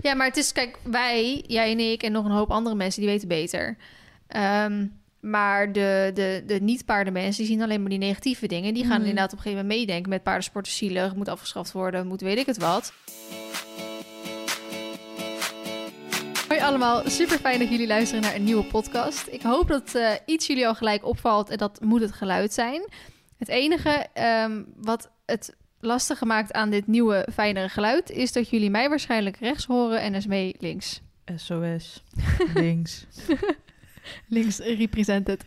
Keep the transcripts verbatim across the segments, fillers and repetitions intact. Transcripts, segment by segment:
Ja, maar het is, kijk, wij, jij en ik en nog een hoop andere mensen, die weten beter. Um, maar de, de, de niet-paardenmensen, die zien alleen maar die negatieve dingen. Die gaan mm. inderdaad op een gegeven moment meedenken met paardensport is zielig, moet afgeschaft worden, moet weet ik het wat. Hoi allemaal, super fijn dat jullie luisteren naar een nieuwe podcast. Ik hoop dat uh, iets jullie al gelijk opvalt en dat moet het geluid zijn. Het enige um, wat het lastige maakt aan dit nieuwe, fijnere geluid is dat jullie mij waarschijnlijk rechts horen en Esmee links. S O S, links. Links represented.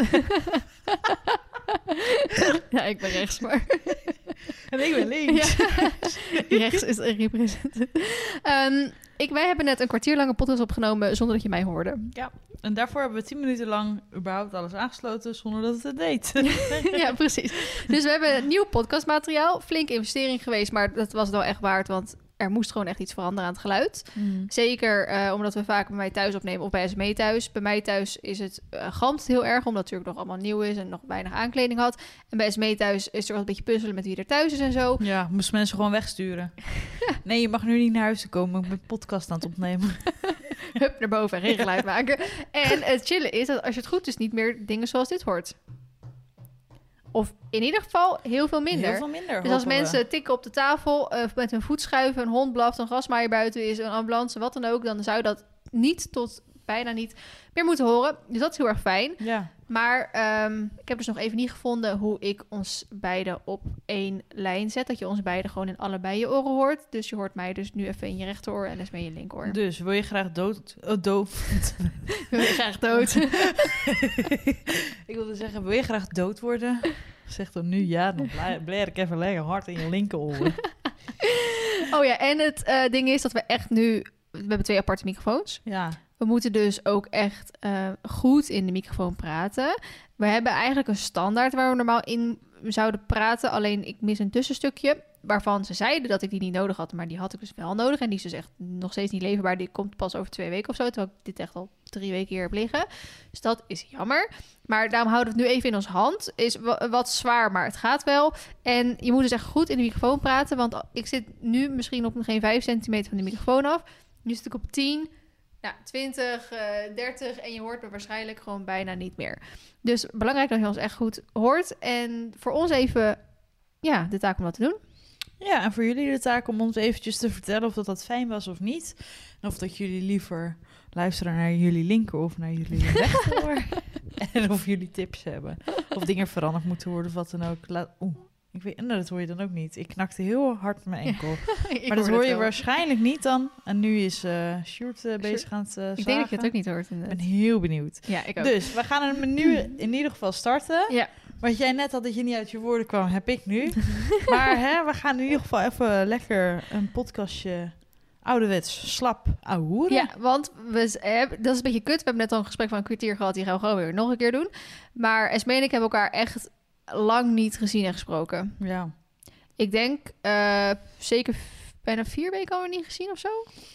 Ja, ik ben rechts, maar... En ik ben links. Ja. Rechts is represented. Um, ik, wij hebben net een kwartier lang een podcast opgenomen zonder dat je mij hoorde. Ja, en daarvoor hebben we tien minuten lang überhaupt alles aangesloten zonder dat het het deed. Ja, precies. Dus we hebben nieuw podcastmateriaal. Flinke investering geweest, maar dat was het wel echt waard, want er moest gewoon echt iets veranderen aan het geluid. Mm. Zeker uh, omdat we vaak bij mij thuis opnemen of bij Esmee thuis. Bij mij thuis is het uh, galmt het heel erg, omdat het natuurlijk nog allemaal nieuw is en nog weinig aankleding had. En bij Esmee thuis is er wel een beetje puzzelen met wie er thuis is en zo. Ja, moesten mensen gewoon wegsturen. Nee, je mag nu niet naar huis komen. Ik ben podcast aan het opnemen. Hup, naar boven en geen geluid maken. En het chillen is dat als je het goed is niet meer dingen zoals dit hoort. Of in ieder geval heel veel minder. Heel veel minder, dus als we. mensen tikken op de tafel, uh, met hun voet schuiven, een hond blaft, een grasmaaier buiten is, een ambulance, wat dan ook, dan zou dat niet tot bijna niet meer moeten horen. Dus dat is heel erg fijn. Ja. Maar um, ik heb dus nog even niet gevonden hoe ik ons beiden op één lijn zet. Dat je ons beiden gewoon in allebei je oren hoort. Dus je hoort mij dus nu even in je rechteroor en dus in je linkeroor. Dus wil je graag dood... Oh, doof. Wil je graag dood? Ik wilde zeggen, wil je graag dood worden? Zeg dan nu ja, dan blijf ik even lekker hard in je linkeroor. Oh ja, en het uh, ding is dat we echt nu... We hebben twee aparte microfoons. Ja. We moeten dus ook echt uh, goed in de microfoon praten. We hebben eigenlijk een standaard waar we normaal in zouden praten. Alleen ik mis een tussenstukje waarvan ze zeiden dat ik die niet nodig had. Maar die had ik dus wel nodig. En die is dus echt nog steeds niet leverbaar. Die komt pas over twee weken of zo. Terwijl ik dit echt al drie weken hier heb liggen. Dus dat is jammer. Maar daarom houden we het nu even in ons hand. Is w- wat zwaar, maar het gaat wel. En je moet dus echt goed in de microfoon praten. Want ik zit nu misschien op geen vijf centimeter van de microfoon af. Nu zit ik op tien... Nou, twintig, uh, dertig en je hoort me waarschijnlijk gewoon bijna niet meer. Dus belangrijk dat je ons echt goed hoort. En voor ons even, ja, de taak om dat te doen. Ja, en voor jullie de taak om ons eventjes te vertellen of dat, dat fijn was of niet. En of dat jullie liever luisteren naar jullie linker of naar jullie rechteroor. En of jullie tips hebben. Of dingen veranderd moeten worden of wat dan ook. Laat... Oeh. Ik weet, nou, dat hoor je dan ook niet. Ik knakte heel hard mijn enkel. Ja, maar dat hoor je wel. Waarschijnlijk niet dan. En nu is uh, Sjoerd uh, bezig aan het uh, Ik denk dat je het ook niet hoort. Inderdaad. Ik ben heel benieuwd. Ja, ik ook. Dus, we gaan een menu in ieder geval starten. Ja. Wat jij net had dat je niet uit je woorden kwam, heb ik nu. Maar hè, we gaan in ieder geval even lekker een podcastje ouderwets slap ouwehoeren. Ja, want we, eh, dat is een beetje kut. We hebben net al een gesprek van een kwartier gehad. Die gaan we gewoon weer nog een keer doen. Maar Esmee en ik hebben elkaar echt... lang niet gezien en gesproken. Ja. Ik denk uh, zeker f- bijna vier weken al niet gezien of zo.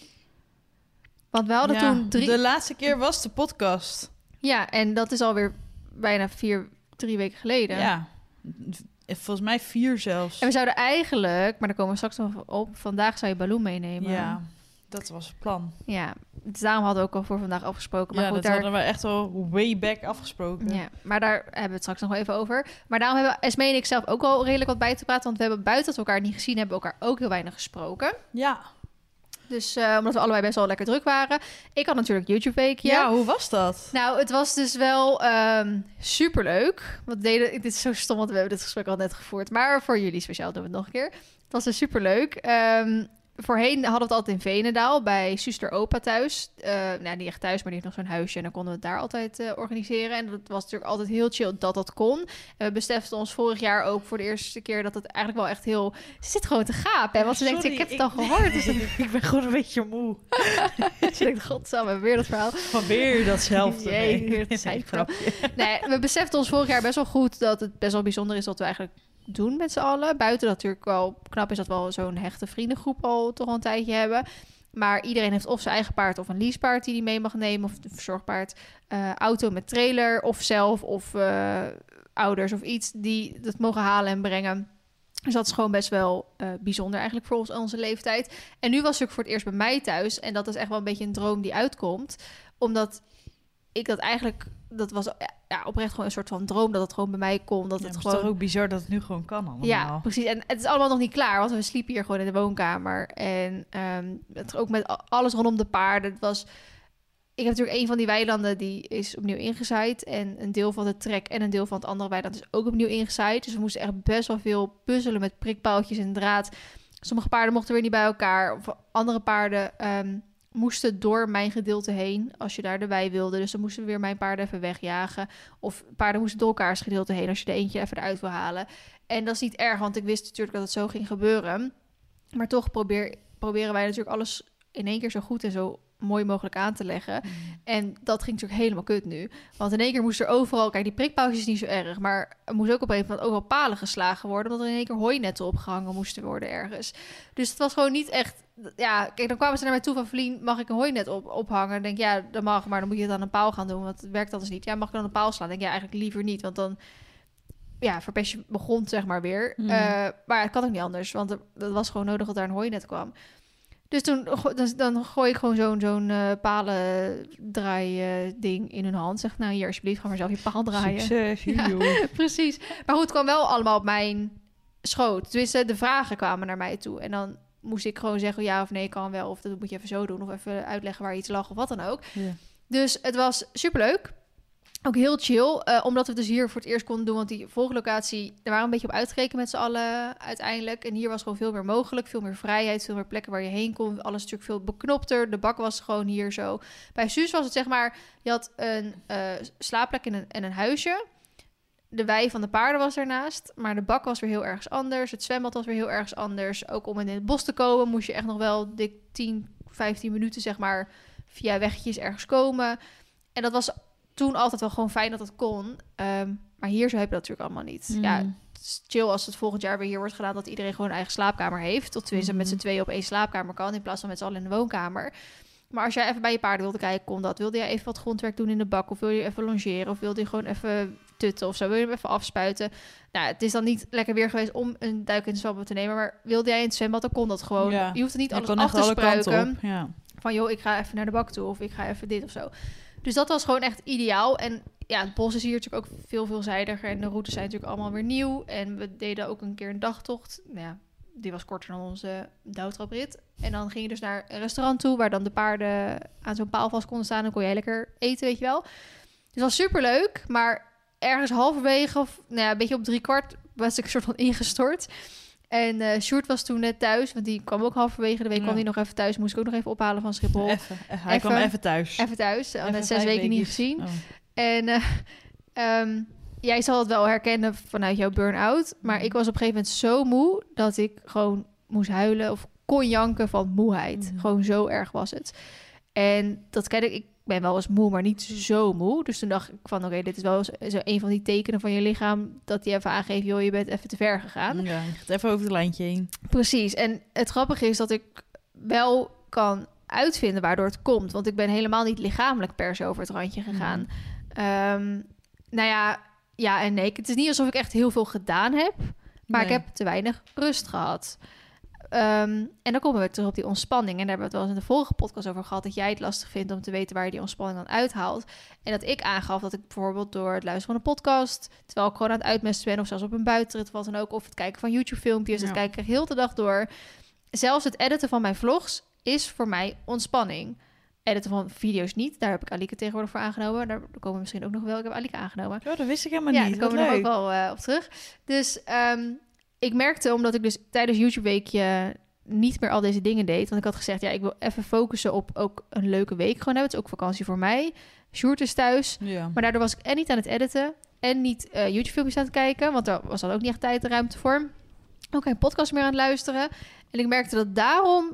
Want we hadden ja, toen drie... De laatste keer was de podcast. Ja, en dat is alweer bijna vier, drie weken geleden. Ja, volgens mij vier zelfs. En we zouden eigenlijk, maar daar komen we straks nog op... vandaag zou je Balloon meenemen. Ja, dat was het plan. Ja, dus daarom hadden we ook al voor vandaag afgesproken. Maar ja, goed, dat daar... hadden we echt al way back afgesproken. Ja, maar daar hebben we het straks nog wel even over. Maar daarom hebben Esmee en ik zelf ook wel redelijk wat bij te praten. Want we hebben buiten dat we elkaar niet gezien hebben... elkaar ook heel weinig gesproken. Ja. Dus uh, omdat we allebei best wel lekker druk waren. Ik had natuurlijk YouTube-weekje. Ja, hoe was dat? Nou, het was dus wel um, superleuk. Want deden, dit is zo stom, want we hebben dit gesprek al net gevoerd. Maar voor jullie speciaal doen we het nog een keer. Het was dus superleuk. Um, Voorheen hadden we het altijd in Veenendaal bij zuster Opa thuis. Uh, nou, niet echt thuis, maar die heeft nog zo'n huisje. En dan konden we het daar altijd uh, organiseren. En dat was natuurlijk altijd heel chill dat dat kon. En we beseften ons vorig jaar ook voor de eerste keer... dat het eigenlijk wel echt heel... Ze zit gewoon te gapen. Hè? Want ze Sorry, denkt, ik heb ik, het al gehoord. Dus ik, ik ben gewoon een beetje moe. ze denkt, godsamme, weer dat verhaal. Van weer datzelfde. Jee, nee, weer nee, grapje. Nee, we beseften ons vorig jaar best wel goed... dat het best wel bijzonder is dat we eigenlijk... doen met z'n allen. Buiten dat natuurlijk wel knap is dat we al zo'n hechte vriendengroep al toch al een tijdje hebben. Maar iedereen heeft of zijn eigen paard of een leasepaard die hij mee mag nemen. Of een verzorgpaard. Uh, auto met trailer of zelf of uh, ouders of iets die dat mogen halen en brengen. Dus dat is gewoon best wel uh, bijzonder eigenlijk voor ons onze leeftijd. En nu was ik voor het eerst bij mij thuis. En dat is echt wel een beetje een droom die uitkomt. Omdat ik dat eigenlijk... Dat was ja, oprecht gewoon een soort van droom dat het gewoon bij mij kon. Dat ja, het het gewoon... is toch ook bizar dat het nu gewoon kan allemaal. Ja, precies. En het is allemaal nog niet klaar, want we sliepen hier gewoon in de woonkamer. En um, het ook met alles rondom de paarden. Het was... Ik heb natuurlijk een van die weilanden die is opnieuw ingezaaid. En een deel van de trek en een deel van het andere weiland is ook opnieuw ingezaaid. Dus we moesten echt best wel veel puzzelen met prikpaaltjes en draad. Sommige paarden mochten weer niet bij elkaar. Of andere paarden um, moesten door mijn gedeelte heen als je daar erbij wilde. Dus dan moesten we weer mijn paarden even wegjagen. Of paarden moesten door elkaars gedeelte heen als je er eentje even eruit wil halen. En dat is niet erg, want ik wist natuurlijk dat het zo ging gebeuren. Maar toch probeer, proberen wij natuurlijk alles in één keer zo goed en zo mooi mogelijk aan te leggen. Mm. En dat ging natuurlijk helemaal kut nu. Want in één keer moest er overal... Kijk, die prikpaaltjes is niet zo erg, maar er moest ook op een gegeven moment overal palen geslagen worden, omdat er in één keer hooinetten opgehangen moesten worden ergens. Dus het was gewoon niet echt... Ja, kijk, dan kwamen ze naar mij toe van, Feline, mag ik een hooinet op, ophangen? Dan denk ik, ja, dat mag, maar dan moet je het aan een paal gaan doen, want het werkt anders niet. Ja, mag ik dan een paal slaan? Dan denk ik, ja, eigenlijk liever niet, want dan... Ja, verpest je mijn grond, zeg maar, weer. Mm. Uh, maar het kan ook niet anders, want er, dat was gewoon nodig dat daar een hooinet kwam. Dus toen dan, dan gooi ik gewoon zo'n, zo'n uh, palendraai uh, ding in hun hand. Zeg, nou hier alsjeblieft, ga maar zelf je paal draaien. Succes, ja, precies. Maar goed, het kwam wel allemaal op mijn schoot. Tenminste, de vragen kwamen naar mij toe. En dan moest ik gewoon zeggen ja of nee, kan wel. Of dat moet je even zo doen. Of even uitleggen waar iets lag of wat dan ook. Ja. Dus het was superleuk. Ook heel chill, uh, omdat we dus hier voor het eerst konden doen. Want die volglocatie, daar waren we een beetje op uitgerekend met z'n allen uiteindelijk. En hier was gewoon veel meer mogelijk, veel meer vrijheid, veel meer plekken waar je heen kon. Alles natuurlijk veel beknopter. De bak was gewoon hier zo. Bij Suus was het zeg maar, je had een uh, slaapplek en een, en een huisje. De wei van de paarden was ernaast, maar de bak was weer heel ergens anders. Het zwembad was weer heel ergens anders. Ook om in het bos te komen moest je echt nog wel dik tien, vijftien minuten zeg maar via weggetjes ergens komen. En dat was toen altijd wel gewoon fijn dat het kon. Um, maar hier zo heb je dat natuurlijk allemaal niet. Mm. Ja, het is chill als het volgend jaar weer hier wordt gedaan dat iedereen gewoon een eigen slaapkamer heeft. Of tenminste mm. met z'n tweeën op één slaapkamer kan in plaats van met z'n allen in de woonkamer. Maar als jij even bij je paarden wilde kijken, kon dat. Wilde jij even wat grondwerk doen in de bak? Of wil je even longeren? Of wilde je gewoon even tutten of zo? Wil je hem even afspuiten? Nou, het is dan niet lekker weer geweest om een duik in het zwembad te nemen. Maar wilde jij in het zwembad, dan kon dat gewoon. Ja. Je hoeft er niet alles af te spruiken. Ja. Van joh, ik ga even naar de bak toe. Of ik ga even dit of zo. Dus dat was gewoon echt ideaal. En ja, het bos is hier natuurlijk ook veel veelzijdiger. En de routes zijn natuurlijk allemaal weer nieuw. En we deden ook een keer een dagtocht. Nou ja, die was korter dan onze douwtraprit. En dan ging je dus naar een restaurant toe, waar dan de paarden aan zo'n paal vast konden staan. Dan kon je lekker eten, weet je wel. Dus dat was superleuk. Maar ergens halverwege, of nou ja, een beetje op drie kwart, was ik een soort van ingestort. En uh, Sjoerd was toen net thuis, want die kwam ook halverwege de week. Ja. kwam hij nog even thuis, moest ik ook nog even ophalen van Schiphol. Even, hij even, kwam even thuis. Even thuis, al net zes weken niet gezien. Oh. En uh, um, jij zal het wel herkennen vanuit jouw burn-out. Maar ik was op een gegeven moment zo moe dat ik gewoon moest huilen of kon janken van moeheid. Mm. Gewoon zo erg was het. En dat ken ik, ik ben wel eens moe, maar niet zo moe. Dus toen dacht ik van, oké, okay, dit is wel zo een van die tekenen van je lichaam dat die even aangeeft, joh, je bent even te ver gegaan. Ja, je gaat even over het lijntje heen. Precies. En het grappige is dat ik wel kan uitvinden waardoor het komt. Want ik ben helemaal niet lichamelijk per se over het randje gegaan. Mm. Um, nou ja, ja en nee. Het is niet alsof ik echt heel veel gedaan heb, maar nee. ik heb te weinig rust gehad. Um, en dan komen we terug op die ontspanning. En daar hebben we het wel eens in de vorige podcast over gehad, dat jij het lastig vindt om te weten waar je die ontspanning dan uithaalt. En dat ik aangaf dat ik bijvoorbeeld door het luisteren van een podcast, terwijl ik gewoon aan het uitmesten ben, of zelfs op een buitenrit, wat dan ook, of het kijken van YouTube-filmpjes, ja. het kijken heel de dag door. Zelfs het editen van mijn vlogs is voor mij ontspanning. Editen van video's niet. Daar heb ik Alike tegenwoordig voor aangenomen. Daar komen we misschien ook nog wel. Ik heb Alike aangenomen. Ja, dat wist ik helemaal ja, niet. Daar komen we nog ook wel uh, op terug. Dus um, ik merkte, omdat ik dus tijdens YouTube-weekje niet meer al deze dingen deed. Want ik had gezegd, ja, ik wil even focussen op ook een leuke week gewoon hebben. Het is ook vakantie voor mij. Sjoerd is thuis. Ja. Maar daardoor was ik en niet aan het editen en niet uh, YouTube-filmpjes aan het kijken. Want daar was dan ook niet echt tijd en ruimte voor. Ook geen podcast meer aan het luisteren. En ik merkte dat daarom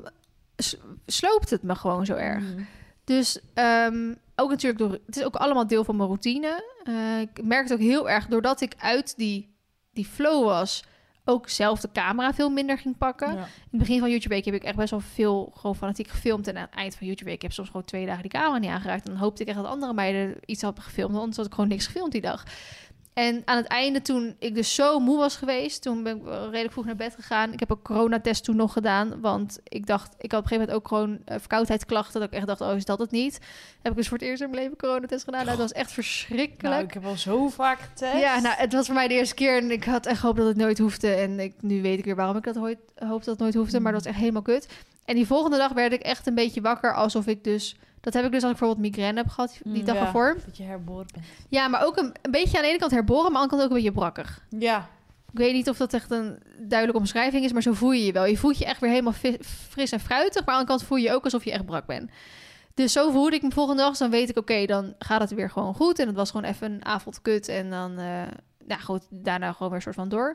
sloopt het me gewoon zo erg. Mm. Dus um, ook natuurlijk door, het is ook allemaal deel van mijn routine. Uh, ik merkte ook heel erg doordat ik uit die, die flow was, ook zelf de camera veel minder ging pakken. Ja. In het begin van YouTube Week heb ik echt best wel veel gewoon fanatiek gefilmd. En aan het eind van YouTube Week heb ik soms gewoon twee dagen die camera niet aangeraakt. En dan hoopte ik echt dat andere meiden iets hadden gefilmd. Anders had ik gewoon niks gefilmd die dag. En aan het einde, toen ik dus zo moe was geweest... toen ben ik wel redelijk vroeg naar bed gegaan. Ik heb een coronatest toen nog gedaan. Want ik dacht, ik had op een gegeven moment ook gewoon uh, verkoudheidsklachten. Dat ik echt dacht, oh, is dat het niet? Heb ik dus voor het eerst in mijn leven coronatest gedaan. Nou, dat was echt verschrikkelijk. Nou, ik heb al zo vaak getest. Ja, nou, het was voor mij de eerste keer. En ik had echt gehoopt dat het nooit hoefde. En ik, nu weet ik weer waarom ik dat ooit, hoopte dat het nooit hoefde. Maar dat was echt helemaal kut. En die volgende dag werd ik echt een beetje wakker. Alsof ik dus... Dat heb ik dus als ik bijvoorbeeld migraine heb gehad die dag ja, ervoor. Dat je herboren bent. Ja, maar ook een, een beetje aan de ene kant herboren, maar aan de andere kant ook een beetje brakkig. Ja. Ik weet niet of dat echt een duidelijke omschrijving is, maar zo voel je je wel. Je voelt je echt weer helemaal fris en fruitig, maar aan de andere kant voel je je ook alsof je echt brak bent. Dus zo voelde ik me volgende dag. Dus dan weet ik, oké, okay, dan gaat het weer gewoon goed. En het was gewoon even een avond kut. En dan, uh, nou goed, daarna gewoon weer een soort van door.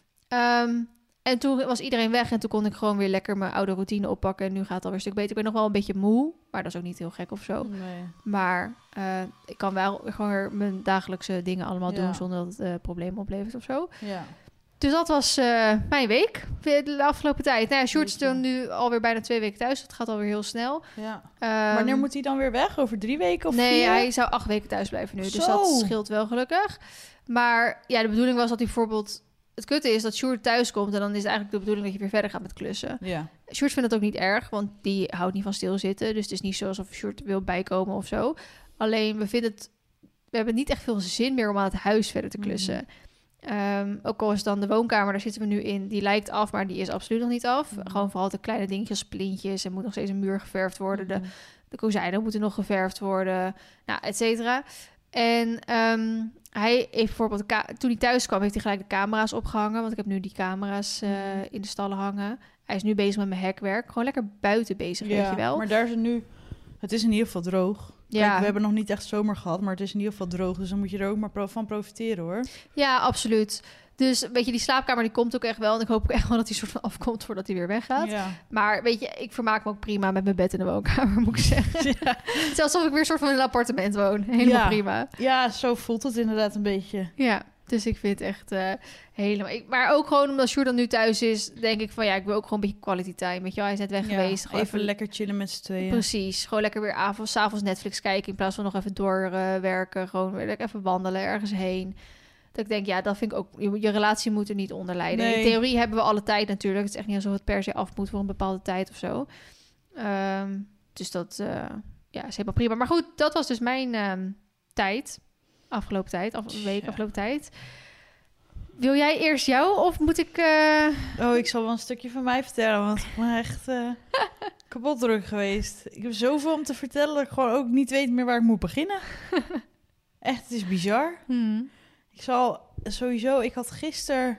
Um, En toen was iedereen weg en toen kon ik gewoon weer lekker mijn oude routine oppakken. En nu gaat het alweer een stuk beter. Ik ben nog wel een beetje moe, maar dat is ook niet heel gek of zo. Nee. Maar uh, ik kan wel gewoon weer mijn dagelijkse dingen allemaal ja. doen zonder dat het uh, problemen oplevert of zo. Ja. Dus dat was uh, mijn week de afgelopen tijd. Nou ja, Sjoerd is dan nu alweer bijna twee weken thuis. Het gaat alweer heel snel. Ja. Um, Wanneer moet hij dan weer weg? Over drie weken of nee, vier? hij zou acht weken thuis blijven nu. Zo. Dus dat scheelt wel gelukkig. Maar ja, de bedoeling was dat hij bijvoorbeeld... Het kutte is dat Sjoerd thuis komt en dan is het eigenlijk de bedoeling dat je weer verder gaat met klussen. Ja. Sjoerd vindt het ook niet erg, want die houdt niet van stilzitten. Dus het is niet zo alsof Sjoerd wil bijkomen of zo. Alleen we vinden het... We hebben niet echt veel zin meer om aan het huis verder te klussen. Mm-hmm. Um, ook al is dan de woonkamer, daar zitten we nu in. Die lijkt af, maar die is absoluut nog niet af. Mm-hmm. Gewoon vooral de kleine dingetjes, plintjes. Er moet nog steeds een muur geverfd worden. Mm-hmm. De, de kozijnen moeten nog geverfd worden. Nou, et cetera. En... Um, Hij heeft bijvoorbeeld, ka- toen hij thuis kwam, heeft hij gelijk de camera's opgehangen. Want ik heb nu die camera's uh, in de stallen hangen. Hij is nu bezig met mijn hekwerk. Gewoon lekker buiten bezig, ja, weet je wel. Maar daar is het nu... Het is in ieder geval droog. Ja. Kijk, we hebben nog niet echt zomer gehad, maar het is in ieder geval droog. Dus dan moet je er ook maar pro- van profiteren, hoor. Ja, absoluut. Dus weet je, die slaapkamer die komt ook echt wel. En ik hoop ook echt wel dat hij soort van afkomt voordat hij weer weggaat. Ja. Maar weet je, ik vermaak me ook prima met mijn bed in de woonkamer, moet ik zeggen. Ja. Het is alsof ik weer soort van in een appartement woon. Helemaal ja. prima. Ja, zo voelt het inderdaad een beetje. Ja, dus ik vind het echt uh, helemaal... Ik, maar ook gewoon omdat Sjoerd dan nu thuis is, denk ik van ja, ik wil ook gewoon een beetje quality time. Weet je wel, hij is net weg ja, geweest. Even, even lekker chillen met z'n tweeën. Precies, gewoon lekker weer avonds, 's avonds Netflix kijken in plaats van nog even doorwerken. Uh, gewoon weer lekker even wandelen, ergens heen. Dat ik denk, ja, dat vind ik ook... Je, je relatie moet er niet onder lijden. Nee. In theorie hebben we alle tijd natuurlijk. Het is echt niet alsof het per se af moet voor een bepaalde tijd of zo. Um, dus dat uh, ja, is helemaal prima. Maar goed, dat was dus mijn um, tijd. Afgelopen tijd, af, week, ja. afgelopen tijd. Wil jij eerst jou of moet ik... Uh... Oh, ik zal wel een stukje van mij vertellen, want ik ben echt uh, kapot druk geweest. Ik heb zoveel om te vertellen dat ik gewoon ook niet weet meer waar ik moet beginnen. Echt, het is bizar. Hmm. Ik zal sowieso... Ik had gisteren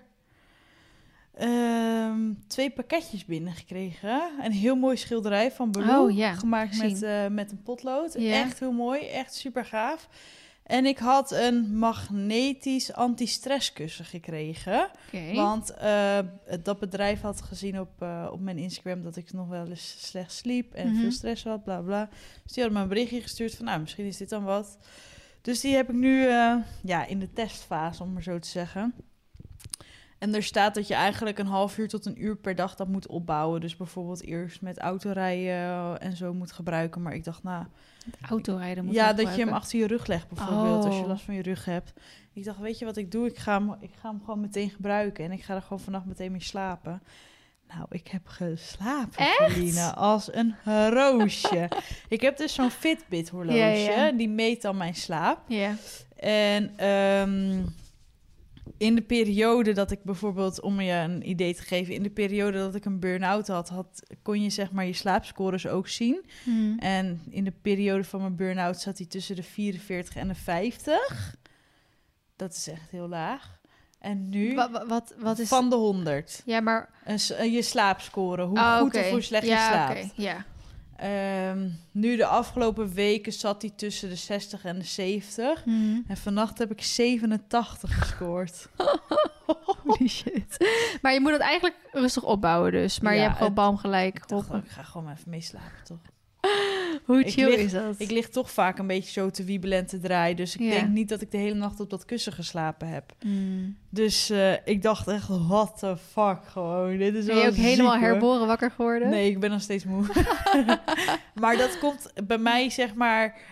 um, twee pakketjes binnengekregen. Een heel mooi schilderij van Baloo. Oh, ja, gemaakt met, uh, met een potlood. Ja. Echt heel mooi. Echt super gaaf. En ik had een magnetisch anti-stresskussen gekregen. Okay. Want uh, dat bedrijf had gezien op, uh, op mijn Instagram dat ik nog wel eens slecht sliep en mm-hmm. veel stress had, bla bla. Dus die hadden me een berichtje gestuurd van, nou, misschien is dit dan wat. Dus die heb ik nu uh, ja, in de testfase, om maar zo te zeggen. En er staat dat je eigenlijk een half uur tot een uur per dag dat moet opbouwen. Dus bijvoorbeeld eerst met autorijden en zo moet gebruiken. Maar ik dacht, nou... Autorijden moet Ja, dat gebruiken. Je hem achter je rug legt bijvoorbeeld, oh. als je last van je rug hebt. Ik dacht, weet je wat ik doe? Ik ga hem, ik ga hem gewoon meteen gebruiken. En ik ga er gewoon vannacht meteen mee slapen. Nou, ik heb geslapen, Feline, als een roosje. Ik heb dus zo'n Fitbit horloge, ja, ja. Die meet dan mijn slaap. Ja. En um, in de periode dat ik bijvoorbeeld, om je een idee te geven, in de periode dat ik een burn-out had, had kon je zeg maar je slaapscores ook zien. Hmm. En in de periode van mijn burn-out zat hij tussen de vierenveertig en de vijftig. Dat is echt heel laag. En nu wat, wat, wat is... van de honderd. Ja, maar... En je slaapscore, hoe oh, goed okay. of hoe slecht ja, je slaapt. Okay. Ja, um, nu de afgelopen weken zat hij tussen de zestig en de zeventig. Hmm. En vannacht heb ik zevenentachtig gescoord. Holy shit. Maar je moet het eigenlijk rustig opbouwen dus. Maar ja, je hebt gewoon bam gelijk. Ik dacht, ik ga gewoon even meeslapen, toch? Hoe chill lig, is dat? Ik lig toch vaak een beetje zo te wiebelen en te draaien. Dus ik ja. denk niet dat ik de hele nacht op dat kussen geslapen heb. Mm. Dus uh, ik dacht echt, what the fuck gewoon. Dit is ben je ook ziek, helemaal hoor. herboren wakker geworden? Nee, ik ben nog steeds moe. Maar dat komt bij mij, zeg maar...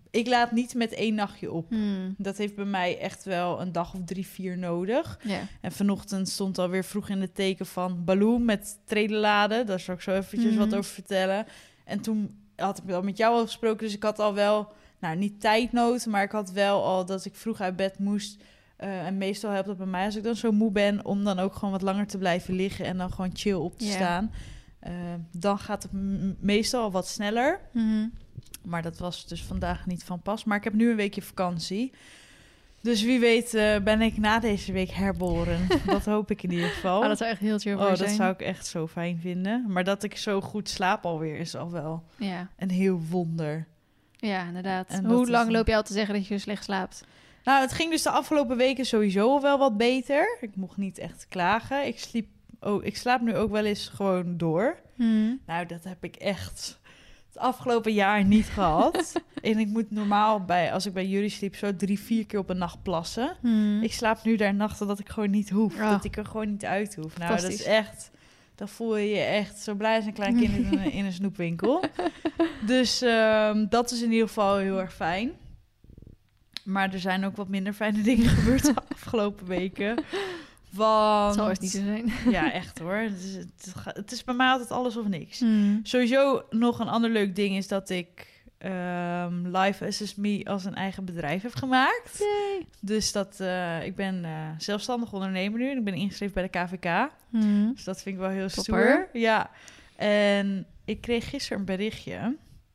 ik laat niet met één nachtje op. Hmm. Dat heeft bij mij echt wel een dag of drie, vier nodig. Ja. En vanochtend stond alweer vroeg in het teken van Baloo met tredenladen. Daar zal ik zo eventjes Mm-hmm. wat over vertellen. En toen had ik wel met jou al gesproken, dus ik had al wel, nou niet tijdnood, maar ik had wel al dat ik vroeg uit bed moest. Uh, en meestal helpt het bij mij als ik dan zo moe ben, om dan ook gewoon wat langer te blijven liggen en dan gewoon chill op te Ja. staan. Uh, dan gaat het m- meestal al wat sneller. Mm-hmm. Maar dat was dus vandaag niet van pas. Maar ik heb nu een weekje vakantie. Dus wie weet uh, ben ik na deze week herboren. Dat hoop ik in ieder geval. Oh, dat zou echt heel chill voor Oh, je dat zijn. zou ik echt zo fijn vinden. Maar dat ik zo goed slaap alweer is al wel Ja. een heel wonder. Ja, inderdaad. En dat Hoe is lang een- loop je al te zeggen dat je slecht slaapt? Nou, het ging dus de afgelopen weken sowieso al wel wat beter. Ik mocht niet echt klagen. Ik, sliep, oh, ik slaap nu ook wel eens gewoon door. Hmm. Nou, dat heb ik echt het afgelopen jaar niet gehad. En ik moet normaal, bij, als ik bij jullie sliep, zo drie, vier keer op een nacht plassen. Hmm. Ik slaap nu daar nachten dat ik gewoon niet hoef. Oh. Dat ik er gewoon niet uit hoef. Nou, dat is Fantastisch. echt... Dan voel je je echt zo blij als een klein kind in een, in een snoepwinkel. Dus um, dat is in ieder geval heel erg fijn. Maar er zijn ook wat minder fijne dingen gebeurd de afgelopen weken. Want... Het zal eens niet zo zijn. Ja, echt hoor. Het is, het, ga- het is bij mij altijd alles of niks. Hmm. Sowieso nog een ander leuk ding is dat ik um, Life Assist Me als een eigen bedrijf heb gemaakt. Yay. Dus dat, uh, ik ben uh, zelfstandig ondernemer nu. En ik ben ingeschreven bij de K V K. Hmm. Dus dat vind ik wel heel Topper. stoer. Ja. En ik kreeg gisteren een berichtje.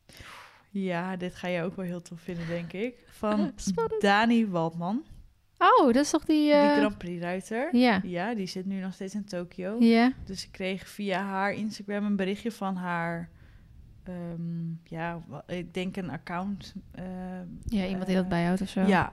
Ja, dit ga je ook wel heel tof vinden, denk ik. Van Spannend. Dani Waldman. Oh, dat is toch die... eh, Die Grand Prix ruiter. Ja. Ja, die zit nu nog steeds in Tokio. Ja. Dus ik kreeg via haar Instagram een berichtje van haar... Um, ja, wa- ik denk een account. Uh, Ja, iemand die dat uh, bijhoudt of zo. Ja.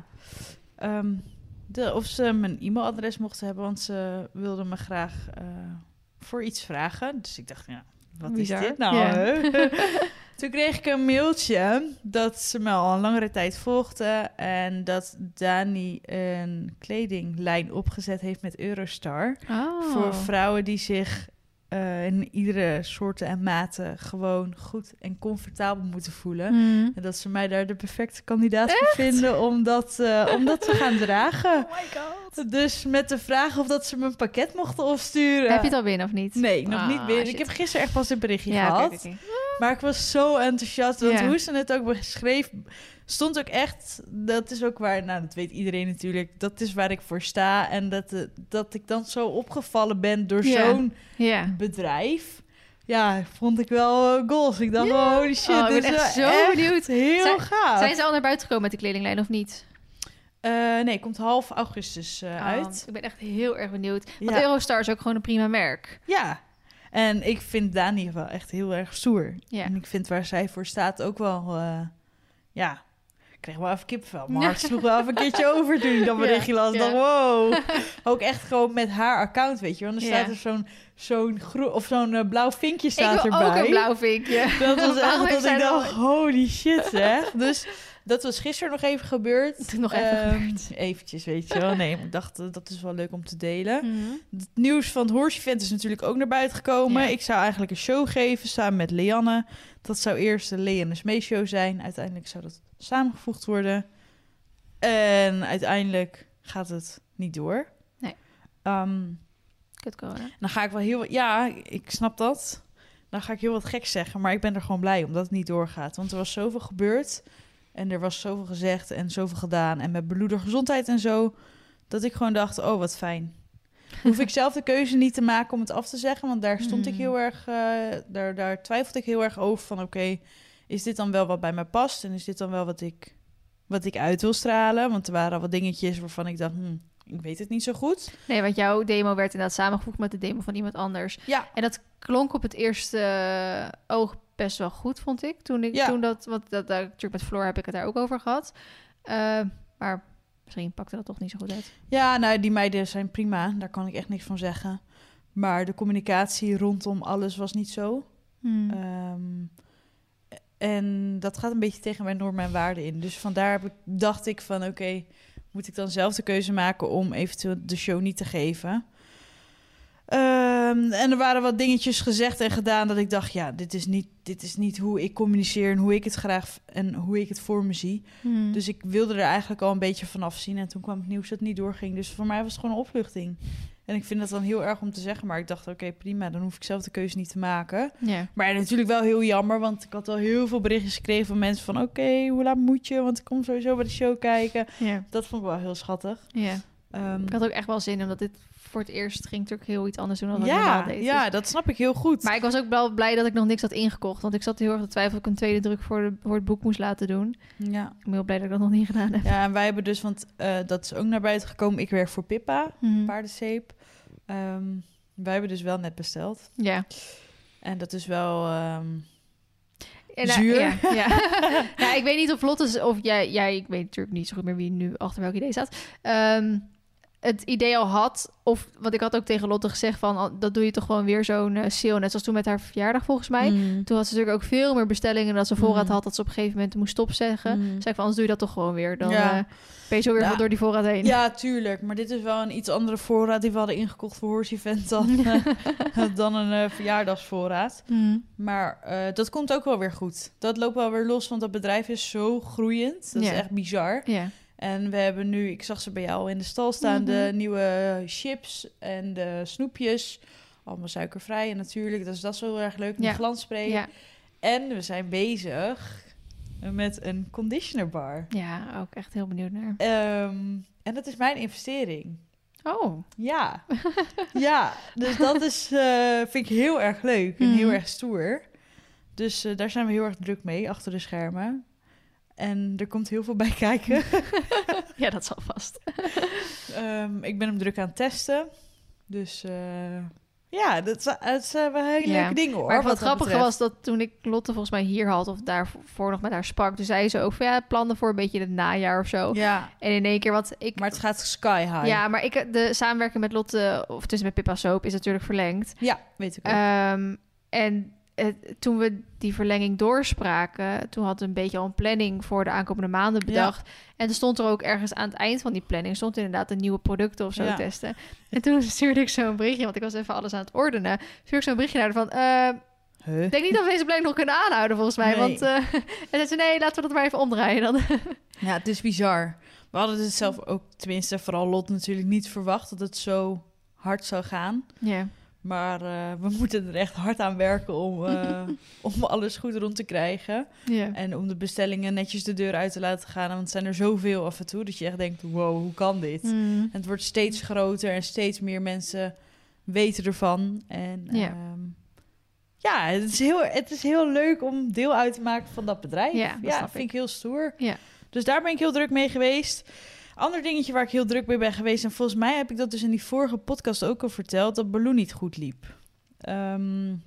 Um, de, of ze mijn e-mailadres mochten hebben, want ze wilden me graag uh, voor iets vragen. Dus ik dacht, ja, wat Bizar. is dit nou? Ja. hè? Toen kreeg ik een mailtje dat ze me al een langere tijd volgde en dat Dani een kledinglijn opgezet heeft met Eurostar. Oh. Voor vrouwen die zich uh, in iedere soorten en maten gewoon goed en comfortabel moeten voelen. Hmm. En dat ze mij daar de perfecte kandidaat voor vinden om dat, uh, om dat te gaan dragen. Oh my god. Dus met de vraag of dat ze me een pakket mochten opsturen. Heb je het al binnen of niet? Nee, nog Ah, niet binnen. shit. Ik heb gisteren echt pas een berichtje Ja, gehad. oké, oké, oké. Maar ik was zo enthousiast. Want Ja. hoe ze het ook beschreef, stond ook echt... Dat is ook waar, nou dat weet iedereen natuurlijk. Dat is waar ik voor sta. En dat, uh, dat ik dan zo opgevallen ben door Ja. zo'n Ja. bedrijf. Ja, vond ik wel uh, goals. Ik dacht, Ja. oh, holy shit. Oh, ik dit ben is echt wel zo benieuwd. heel Zijn- gaaf. Zijn ze al naar buiten gekomen met de kledinglijn of niet? Uh, nee, komt half augustus uh, Oh, uit. Ik ben echt heel erg benieuwd. Want Ja. Eurostar is ook gewoon een prima merk. Ja. En ik vind Dani wel echt heel erg stoer. Ja. En ik vind waar zij voor staat ook wel... Uh, ja, ik kreeg wel even kippenvel. Mijn Ja. hart sloeg wel even een keertje over toen ik dat Ja, berichtje las. ja. Dan wow. Ook echt gewoon met haar account, weet je. Want er Ja. staat er zo'n zo'n groen of zo'n uh, blauw vinkje staat ik wil erbij. ook een blauw vinkje. Dat was Waarom echt heeft dat ik zij dacht, dat- holy shit zeg. Dus dat was gisteren nog even gebeurd. Toen nog even Ehm, gebeurd. Eventjes, weet je wel. Nee, maar ik dacht, uh, dat is wel leuk om te delen. Mhm. Het nieuws van het Horse Event is natuurlijk ook naar buiten gekomen. Ja. Ik zou eigenlijk een show geven samen met Leanne. Dat zou eerst de Leanne Smee Show zijn. Uiteindelijk zou dat samengevoegd worden. En uiteindelijk gaat het niet door. Nee. Um, Kut corona. dan ga ik wel heel... Ja, ik snap dat. Dan ga ik heel wat gek zeggen. Maar ik ben er gewoon blij omdat het niet doorgaat. Want er was zoveel gebeurd. En er was zoveel gezegd en zoveel gedaan. En met beloeder gezondheid en zo. Dat ik gewoon dacht, oh wat fijn. Hoef ik zelf de keuze niet te maken om het af te zeggen. Want daar stond ik Hmm. heel erg... Uh, daar, daar twijfelde ik heel erg over van... Oké, okay, is dit dan wel wat bij mij past? En is dit dan wel wat ik, wat ik uit wil stralen? Want er waren al wat dingetjes waarvan ik dacht... Hm, ik weet het niet zo goed. Nee, want jouw demo werd inderdaad samengevoegd met de demo van iemand anders. Ja. En dat klonk op het eerste uh, oog best wel goed, vond ik. Toen ik Ja. toen dat, want dat, dat, natuurlijk met Floor heb ik het daar ook over gehad. Uh, maar misschien pakte dat toch niet zo goed uit. Ja, nou, die meiden zijn prima. Daar kan ik echt niks van zeggen. Maar de communicatie rondom alles was niet zo. Hmm. Um, en dat gaat een beetje tegen mijn normen en waarden in. Dus vandaar heb ik, dacht ik van... Oké, okay, moet ik dan zelf de keuze maken om eventueel de show niet te geven? Um, en er waren wat dingetjes gezegd en gedaan dat ik dacht, ja, dit is niet, dit is niet hoe ik communiceer en hoe ik het graag en hoe ik het voor me zie. Hmm. Dus ik wilde er eigenlijk al een beetje vanaf zien. En toen kwam het nieuws dat het niet doorging. Dus voor mij was het gewoon een opluchting. En ik vind dat dan heel erg om te zeggen. Maar ik dacht, oké, okay, prima. Dan hoef ik zelf de keuze niet te maken. Ja. Maar natuurlijk wel heel jammer. Want ik had al heel veel berichtjes gekregen van mensen van... oké, okay, hoe laat moet je? Want ik kom sowieso bij de show kijken. Ja. Dat vond ik wel heel schattig. Ja. Um, Ik had ook echt wel zin, omdat dit voor het eerst ging natuurlijk heel iets anders doen dan wat ik ja, normaal deed. ja, Dus. dat snap ik heel goed. Maar ik was ook wel blij dat ik nog niks had ingekocht. Want ik zat heel erg te twijfelen of ik een tweede druk voor, de, voor het boek moest laten doen. Ja. Ik ben heel blij dat ik dat nog niet gedaan heb. Ja, en wij hebben dus, want uh, dat is ook naar buiten gekomen. Ik werk voor Pippa, Mm-hmm. paardenzeep. Um, wij hebben dus wel net besteld. Ja. En dat is wel... Um, En, zuur. Ja, ja. Ja, ik weet niet of Lotte... Of jij, jij, ik weet natuurlijk niet zo goed meer wie nu achter welk idee staat. Um, het idee al had... Of, want ik had ook tegen Lotte gezegd van... Dat doe je toch gewoon weer zo'n uh, sale. Net zoals toen met haar verjaardag volgens mij. Mm. Toen had ze natuurlijk ook veel meer bestellingen... dat ze voorraad Mm. had dat ze op een gegeven moment moest stopzeggen. Mm. Zei ik van, anders doe je dat toch gewoon weer. Dan Ja. uh, ben je zo weer Ja. door die voorraad heen. Ja, tuurlijk. Maar dit is wel een iets andere voorraad... die we hadden ingekocht voor Horse Event... dan, uh, dan een uh, verjaardagsvoorraad. Mm. Maar uh, dat komt ook wel weer goed. Dat loopt wel weer los... want dat bedrijf is zo groeiend. Dat Ja. is echt bizar. Ja. En we hebben nu, ik zag ze bij jou in de stal staan, Mm-hmm. de nieuwe chips en de snoepjes. Allemaal suikervrij en natuurlijk, dus dat is wel heel erg leuk. Met Ja. glansspray. Ja. En we zijn bezig met een conditioner bar. ja, ook echt heel benieuwd naar. Um, en dat is mijn investering. Oh. Ja, ja. Dus dat is, uh, vind ik heel erg leuk en Mm. heel erg stoer. Dus uh, daar zijn we heel erg druk mee, achter de schermen. En er komt heel veel bij kijken. Ja, dat zal vast. um, ik ben hem druk aan het testen. Dus uh, ja, dat, dat zijn wel hele Ja. leuke dingen hoor. Maar wat dat grappig betreft. was dat toen ik Lotte volgens mij hier had... of daarvoor nog met haar sprak... toen zei ze ook van ja, plannen voor een beetje het najaar of zo. Ja, En in één keer wat ik... maar het gaat sky high. Ja, maar ik, de samenwerking met Lotte, of tussen met Pippa Soap... is natuurlijk verlengd. Ja, weet ik ook. Um, en het, toen we die verlenging doorspraken... toen hadden we een beetje al een planning voor de aankomende maanden bedacht. Ja. En er stond er ook ergens aan het eind van die planning... stond inderdaad een nieuwe producten of zo Ja. testen. En toen stuurde ik zo'n berichtje... want ik was even alles aan het ordenen. Stuurde ik zo'n berichtje naar haar van... Uh, huh? ik denk niet dat we deze planning nog kunnen aanhouden volgens mij. Nee. Want uh, en zei ze, nee, laten we dat maar even omdraaien dan. Ja, het is bizar. We hadden het zelf ook, tenminste vooral Lot natuurlijk niet verwacht... dat het zo hard zou gaan. Ja. Maar uh, we moeten er echt hard aan werken om, uh, om alles goed rond te krijgen. Ja. En om de bestellingen netjes de deur uit te laten gaan. Want het zijn er zoveel af en toe dat je echt denkt, wow, hoe kan dit? Mm. En het wordt steeds groter en steeds meer mensen weten ervan. En Ja. um, ja, het is, heel, het is heel leuk om deel uit te maken van dat bedrijf. Ja, dat ja snap vind ik ik. heel stoer. Ja. Dus daar ben ik heel druk mee geweest. Ander dingetje waar ik heel druk mee ben geweest... en volgens mij heb ik dat dus in die vorige podcast ook al verteld... dat Baloo niet goed liep. Um,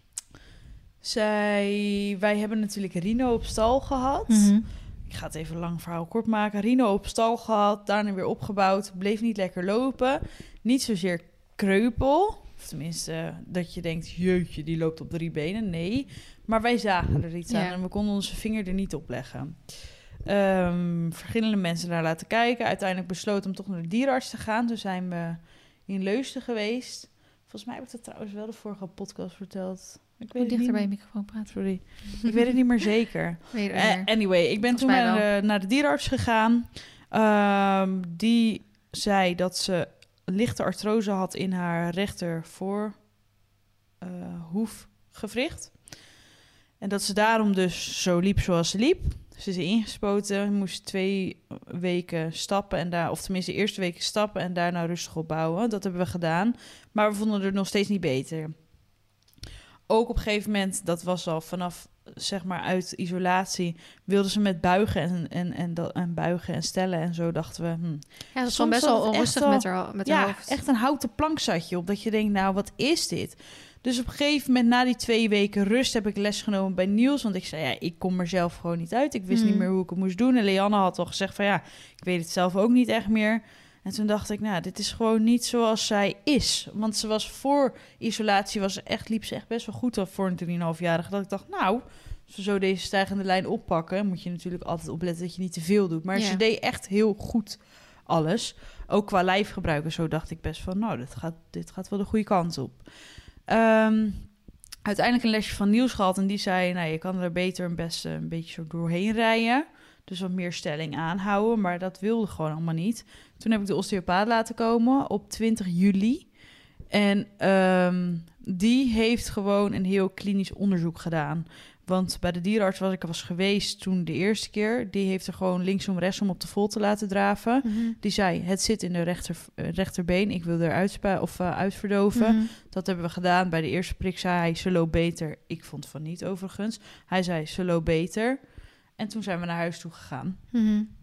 zij, wij hebben natuurlijk Rino op stal gehad. Mm-hmm. Ik ga het even lang verhaal kort maken. Rino op stal gehad, daarna weer opgebouwd. Bleef niet lekker lopen. Niet zozeer kreupel. Of tenminste, uh, dat je denkt... jeutje, die loopt op drie benen. Nee, maar wij zagen er iets Ja. aan... en we konden onze vinger er niet op leggen. Um, verschillende mensen naar laten kijken. Uiteindelijk besloten om toch naar de dierenarts te gaan. Toen zijn we in Leusden geweest. Volgens mij heb ik dat trouwens wel de vorige podcast verteld. Ik weet Moet het dichter niet. bij je microfoon praten. Sorry. Ik weet het niet meer zeker. Weet je Uh, er meer. anyway, ik ben Volgens toen mij naar de, naar de dierenarts gegaan. Um, die zei dat ze lichte artrose had in haar rechter voor uh, hoefgewricht. En dat ze daarom dus zo liep zoals ze liep. Ze is ingespoten, moest twee weken stappen. En daar, of tenminste de eerste weken stappen en daarna rustig opbouwen. Dat hebben we gedaan. Maar we vonden het nog steeds niet beter. Ook op een gegeven moment, dat was al vanaf, zeg maar, uit isolatie... wilden ze met buigen en, en, en, en, en buigen en stellen en zo, dachten we... Hm. Ja, dat is Soms gewoon best zat wel het echt onrustig wel- met haar, met haar Ja, hoofd. echt een houten plank zat je op. Dat je denkt, nou, wat is dit? Dus op een gegeven moment, na die twee weken rust... heb ik les genomen bij Niels. Want ik zei, ja, ik kom er zelf gewoon niet uit. Ik wist Hmm. niet meer hoe ik het moest doen. En Leanne had al gezegd van, ja, ik weet het zelf ook niet echt meer. En toen dacht ik, nou, dit is gewoon niet zoals zij is. Want ze was voor isolatie, was ze echt, liep ze echt best wel goed af voor een drieënhalfjarige. Dat ik dacht, nou, als we zo deze stijgende lijn oppakken... moet je natuurlijk altijd opletten dat je niet te veel doet. Maar Ja. ze deed echt heel goed alles. Ook qua lijfgebruik en zo dacht ik best van... nou, dit gaat, dit gaat wel de goede kant op. Um, uiteindelijk een lesje van Niels gehad... en die zei, nou, je kan er beter een best een beetje zo doorheen rijden... Dus wat meer stelling aanhouden, maar dat wilde gewoon allemaal niet. Toen heb ik de osteopaat laten komen op twintig juli. En um, die heeft gewoon een heel klinisch onderzoek gedaan. Want bij de dierenarts was ik was geweest toen de eerste keer. Die heeft er gewoon linksom rechtsom op de volte laten draven. Mm-hmm. Die zei, het zit in de rechter, rechterbeen. Ik wil er uitspa- of, uh, uitverdoven. Mm-hmm. Dat hebben we gedaan. Bij de eerste prik zei hij, ze loopt beter. Ik vond van niet overigens. Hij zei, ze loopt beter. En toen zijn we naar huis toe gegaan. Mm-hmm.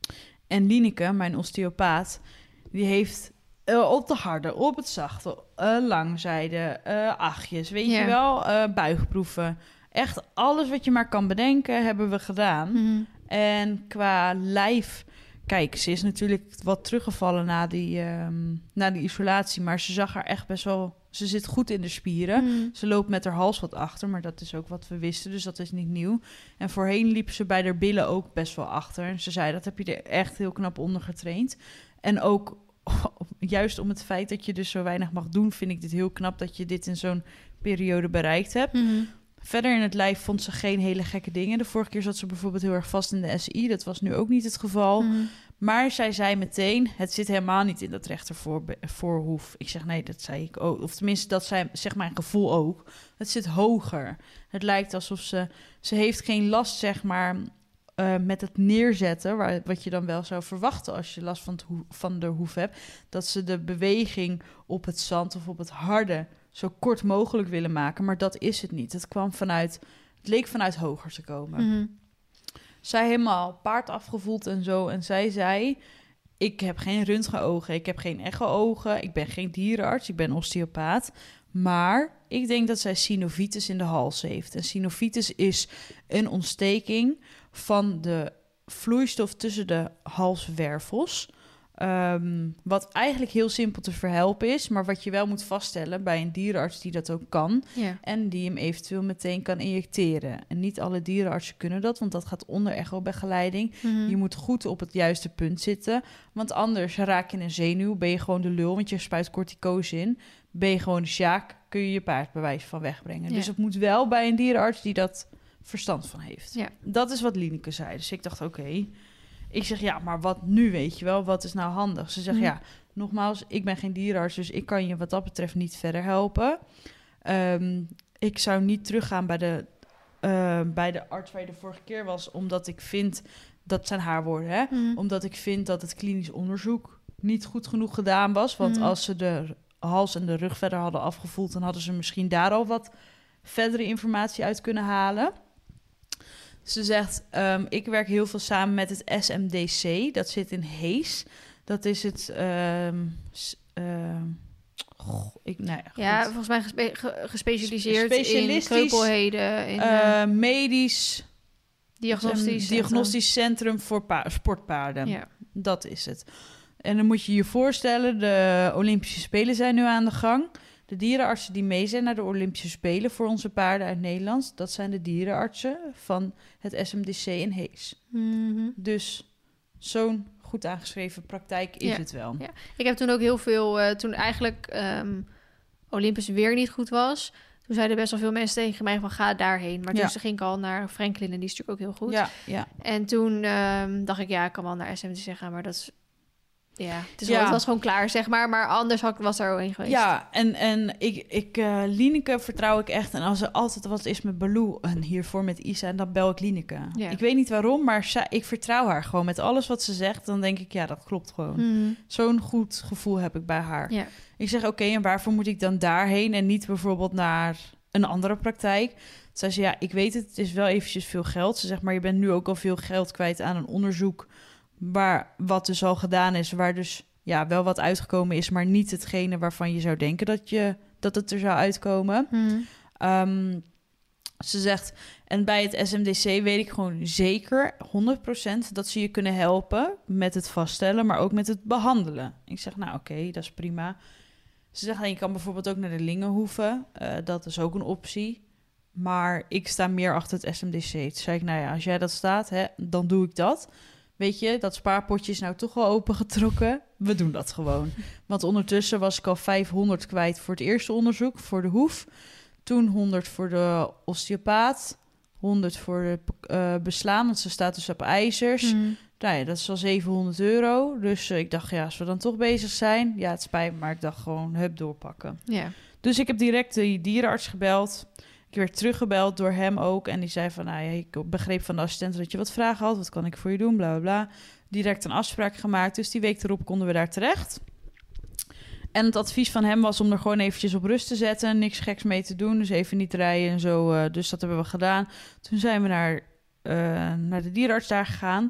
En Lineke, mijn osteopaat, die heeft uh, op de harde, op het zachte, uh, langzijde, uh, achtjes, weet Ja. je wel, uh, buigproeven. Echt alles wat je maar kan bedenken, hebben we gedaan. Mm-hmm. En qua lijf, kijk, ze is natuurlijk wat teruggevallen na die, um, na die isolatie, maar ze zag haar echt best wel... Ze zit goed in de spieren. Mm-hmm. Ze loopt met haar hals wat achter, maar dat is ook wat we wisten, dus dat is niet nieuw. En voorheen liep ze bij haar billen ook best wel achter. En ze zei, dat heb je er echt heel knap onder getraind. En ook, juist om het feit dat je dus zo weinig mag doen, vind ik dit heel knap dat je dit in zo'n periode bereikt hebt. Mm-hmm. Verder in het lijf vond ze geen hele gekke dingen. De vorige keer zat ze bijvoorbeeld heel erg vast in de S I. Dat was nu ook niet het geval. Mm-hmm. Maar zij zei meteen, het zit helemaal niet in dat rechtervoorhoef. Ik zeg, nee, dat zei ik ook. Of tenminste, dat zei zeg mijn gevoel ook. Het zit hoger. Het lijkt alsof ze... Ze heeft geen last, zeg maar, uh, met het neerzetten... Waar, wat je dan wel zou verwachten als je last van, het ho- van de hoef hebt. Dat ze de beweging op het zand of op het harde... zo kort mogelijk willen maken. Maar dat is het niet. Het kwam vanuit... Het leek vanuit hoger te komen. Mm-hmm. Zij helemaal paard afgevoeld en zo. En zij zei, ik heb geen röntgenogen, ik heb geen echo-ogen, ik ben geen dierenarts, ik ben osteopaat. Maar ik denk dat zij synovitis in de hals heeft. En synovitis is een ontsteking van de vloeistof tussen de halswervels. Um, wat eigenlijk heel simpel te verhelpen is, maar wat je wel moet vaststellen bij een dierenarts die dat ook kan. Ja. En die hem eventueel meteen kan injecteren. En niet alle dierenartsen kunnen dat, want dat gaat onder echobegeleiding. Mm-hmm. Je moet goed op het juiste punt zitten, want anders raak je een zenuw, ben je gewoon de lul, want je spuit corticose in. Ben je gewoon de sjaak, kun je je paard bij wijze van wegbrengen. Ja. Dus het moet wel bij een dierenarts die dat verstand van heeft. Ja. Dat is wat Lineke zei. Dus ik dacht, oké. Okay. Ik zeg, ja, maar wat nu, weet je wel? Wat is nou handig? Ze zegt, Mm. ja, nogmaals, ik ben geen dierenarts, dus ik kan je wat dat betreft niet verder helpen. Um, ik zou niet teruggaan bij de, uh, bij de arts waar je de vorige keer was, omdat ik vind, dat zijn haar woorden, hè? Mm-hmm. Omdat ik vind dat het klinisch onderzoek niet goed genoeg gedaan was. Want Mm. als ze de hals en de rug verder hadden afgevoeld, dan hadden ze misschien daar al wat verdere informatie uit kunnen halen. Ze zegt, um, ik werk heel veel samen met het S M D C. Dat zit in Hees. Dat is het... Um, uh, goh, ik, nou ja, Ja, goed. volgens mij gespe- ge- gespecialiseerd in Specialistisch, kreupelheden, in Uh, uh, medisch, diagnostisch. een diagnostisch centrum voor pa- sportpaarden. Ja. Dat is het. En dan moet je je voorstellen, de Olympische Spelen zijn nu aan de gang. De dierenartsen die mee zijn naar de Olympische Spelen voor onze paarden uit Nederland, dat zijn de dierenartsen van het S M D C in Hees. Mm-hmm. Dus zo'n goed aangeschreven praktijk is Ja. het wel. Ja. Ik heb toen ook heel veel, uh, toen eigenlijk um, Olympus weer niet goed was, toen zeiden best wel veel mensen tegen mij van ga daarheen. Maar Ja. toen ging ik al naar Franklin en die is natuurlijk ook heel goed. Ja, ja. En toen um, dacht ik, ja, ik kan wel naar S M D C gaan, maar dat is... Ja, het, is Ja. wel, het was gewoon klaar, zeg maar. Maar anders had, was er ook heen geweest. Ja, en, en ik, ik uh, Lineke vertrouw ik echt. En als er altijd wat is met Baloo en hiervoor met Isa, dan bel ik Lineke. Ja. Ik weet niet waarom, maar zij, ik vertrouw haar gewoon. Met alles wat ze zegt, dan denk ik, ja, dat klopt gewoon. Mm-hmm. Zo'n goed gevoel heb ik bij haar. Ja. Ik zeg, oké, okay, en waarvoor moet ik dan daarheen en niet bijvoorbeeld naar een andere praktijk? Zij zei, ja, ik weet het, het is wel eventjes veel geld. Ze zegt, maar je bent nu ook al veel geld kwijt aan een onderzoek waar wat dus al gedaan is, waar dus ja, wel wat uitgekomen is, maar niet hetgene waarvan je zou denken dat, je, dat het er zou uitkomen. Mm-hmm. Um, ze zegt, en bij het S M D C weet ik gewoon zeker honderd procent dat ze je kunnen helpen met het vaststellen, maar ook met het behandelen. Ik zeg, nou oké, okay, dat is prima. Ze zegt, je kan bijvoorbeeld ook naar de Lingenhoeve. Uh, dat is ook een optie. Maar ik sta meer achter het S M D C. Toen zei ik, nou ja, als jij dat staat, hè, dan doe ik dat. weet je, dat spaarpotje is nou toch wel opengetrokken. We doen dat gewoon. Want ondertussen was ik al vijfhonderd kwijt voor het eerste onderzoek, voor de hoef. Toen honderd voor de osteopaat. honderd voor de uh, beslaan, want ze staat dus op ijzers. Mm. Nou ja, dat is al zevenhonderd euro. Dus uh, ik dacht, ja, als we dan toch bezig zijn... Ja, het spijt me, maar ik dacht gewoon, hup, doorpakken. Ja. Dus ik heb direct de dierenarts gebeld. Ik werd teruggebeld door hem ook. En die zei van, nou ja, ik begreep van de assistent dat je wat vragen had. Wat kan ik voor je doen, bla, bla, bla. Direct een afspraak gemaakt. Dus die week erop konden we daar terecht. En het advies van hem was om er gewoon eventjes op rust te zetten. Niks geks mee te doen, dus even niet rijden en zo. Uh, dus dat hebben we gedaan. Toen zijn we naar, uh, naar de dierenarts daar gegaan.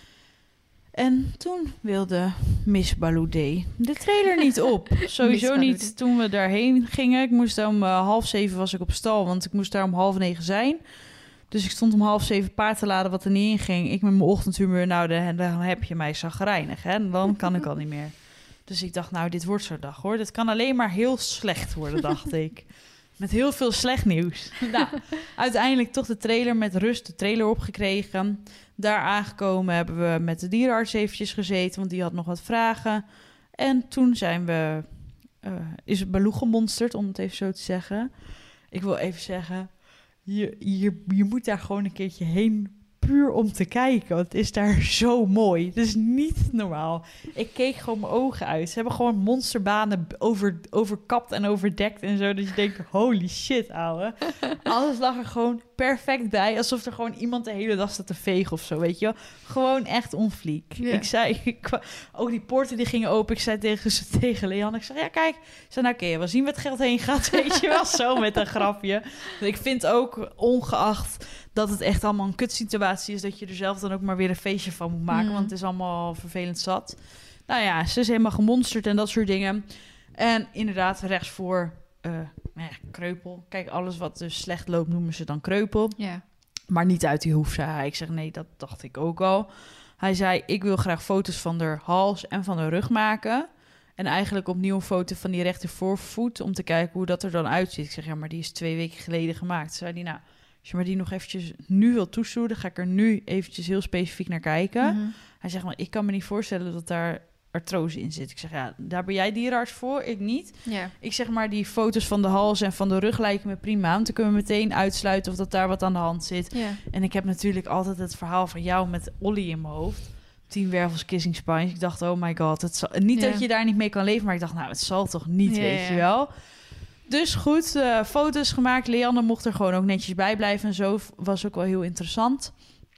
En toen wilde Miss Baloudé de trailer niet op. Sowieso niet toen we daarheen gingen. Ik moest om uh, half zeven was ik op stal, want ik moest daar om half negen zijn. Dus ik stond om half zeven paard te laden wat er niet in ging. Ik met mijn ochtendhumeur, nou, dan, dan heb je mij chagrijnig, hè. En dan kan ik al niet meer. Dus ik dacht, nou, dit wordt zo'n dag, hoor. Dit kan alleen maar heel slecht worden, dacht ik. Met heel veel slecht nieuws. Nou, uiteindelijk toch de trailer met rust de trailer opgekregen. Daar aangekomen hebben we met de dierenarts eventjes gezeten, want die had nog wat vragen. En toen zijn we... Uh, is het Baloo gemonsterd, om het even zo te zeggen. Ik wil even zeggen, je, je, je moet daar gewoon een keertje heen, puur om te kijken. Want het is daar zo mooi. Het is niet normaal. Ik keek gewoon mijn ogen uit. Ze hebben gewoon monsterbanen over, overkapt en overdekt en zo. Dat je denkt, holy shit, ouwe. Alles lag er gewoon perfect bij. Alsof er gewoon iemand de hele dag staat te vegen of zo, weet je wel. Gewoon echt onfliek. Yeah. Ik zei, ik, ook die poorten die gingen open. Ik zei tegen, tegen Leon, ik zei, ja kijk. Ik zei, nou oké, okay, we zien waar het geld heen gaat, weet je wel. Zo met een grapje. Ik vind ook, ongeacht dat het echt allemaal een kutsituatie is, dat je er zelf dan ook maar weer een feestje van moet maken. Mm. Want het is allemaal vervelend zat. Nou ja, ze is helemaal gemonsterd en dat soort dingen. En inderdaad, rechtsvoor, uh, nou ja, kreupel. Kijk, alles wat dus slecht loopt noemen ze dan kreupel. Yeah. Maar niet uit die hoef, zei hij. Ik zeg, nee, dat dacht ik ook al. Hij zei, ik wil graag foto's van de hals en van de rug maken. En eigenlijk opnieuw een foto van die rechter voorvoet, om te kijken hoe dat er dan uitziet. Ik zeg, ja, maar die is twee weken geleden gemaakt. Zei hij, nou, als je maar die nog eventjes nu wil toesturen, dan ga ik er nu eventjes heel specifiek naar kijken. Mm-hmm. Hij zegt, maar ik kan me niet voorstellen dat daar artrose in zit. Ik zeg, ja, daar ben jij dierenarts voor, ik niet. Yeah. Ik zeg maar, die foto's van de hals en van de rug lijken me prima. Want dan kunnen we meteen uitsluiten of dat daar wat aan de hand zit. Yeah. En ik heb natuurlijk altijd het verhaal van jou met Ollie in mijn hoofd. Tien wervels kissing spines. Ik dacht, oh my god. Het zal... Niet yeah. dat je daar niet mee kan leven, maar ik dacht, nou, het zal toch niet, yeah, weet yeah. je wel. Dus goed, uh, foto's gemaakt. Leander mocht er gewoon ook netjes bij blijven en zo. Was ook wel heel interessant.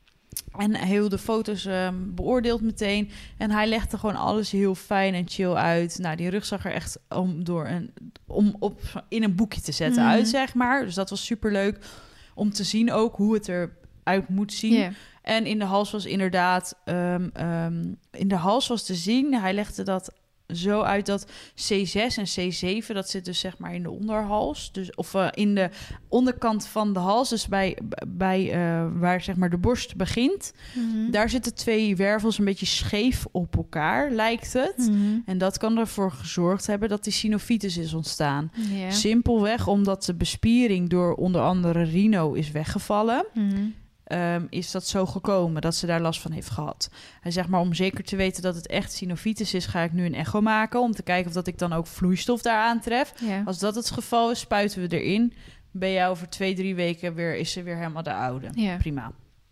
En heel de foto's um, beoordeeld meteen. En hij legde gewoon alles heel fijn en chill uit. Nou, die rug zag er echt om, door een, om op, in een boekje te zetten mm. uit, zeg maar. Dus dat was superleuk om te zien ook hoe het eruit moet zien. Yeah. En in de hals was inderdaad... Um, um, in de hals was te zien, hij legde dat zo uit dat C zes en C zeven, dat zit dus zeg maar in de onderhals. Dus, of uh, in de onderkant van de hals, dus bij, bij uh, waar zeg maar de borst begint. Mm-hmm. Daar zitten twee wervels een beetje scheef op elkaar, lijkt het. Mm-hmm. En dat kan ervoor gezorgd hebben dat die synovitis is ontstaan. Yeah. Simpelweg omdat de bespiering door onder andere Rino is weggevallen. Mm-hmm. Um, is dat zo gekomen, dat ze daar last van heeft gehad. Hij zegt, maar om zeker te weten dat het echt synovitis is, ga ik nu een echo maken, om te kijken of dat ik dan ook vloeistof daar aantref. Ja. Als dat het geval is, spuiten we erin. Ben je over twee, drie weken weer, is ze weer helemaal de oude. Ja. Prima.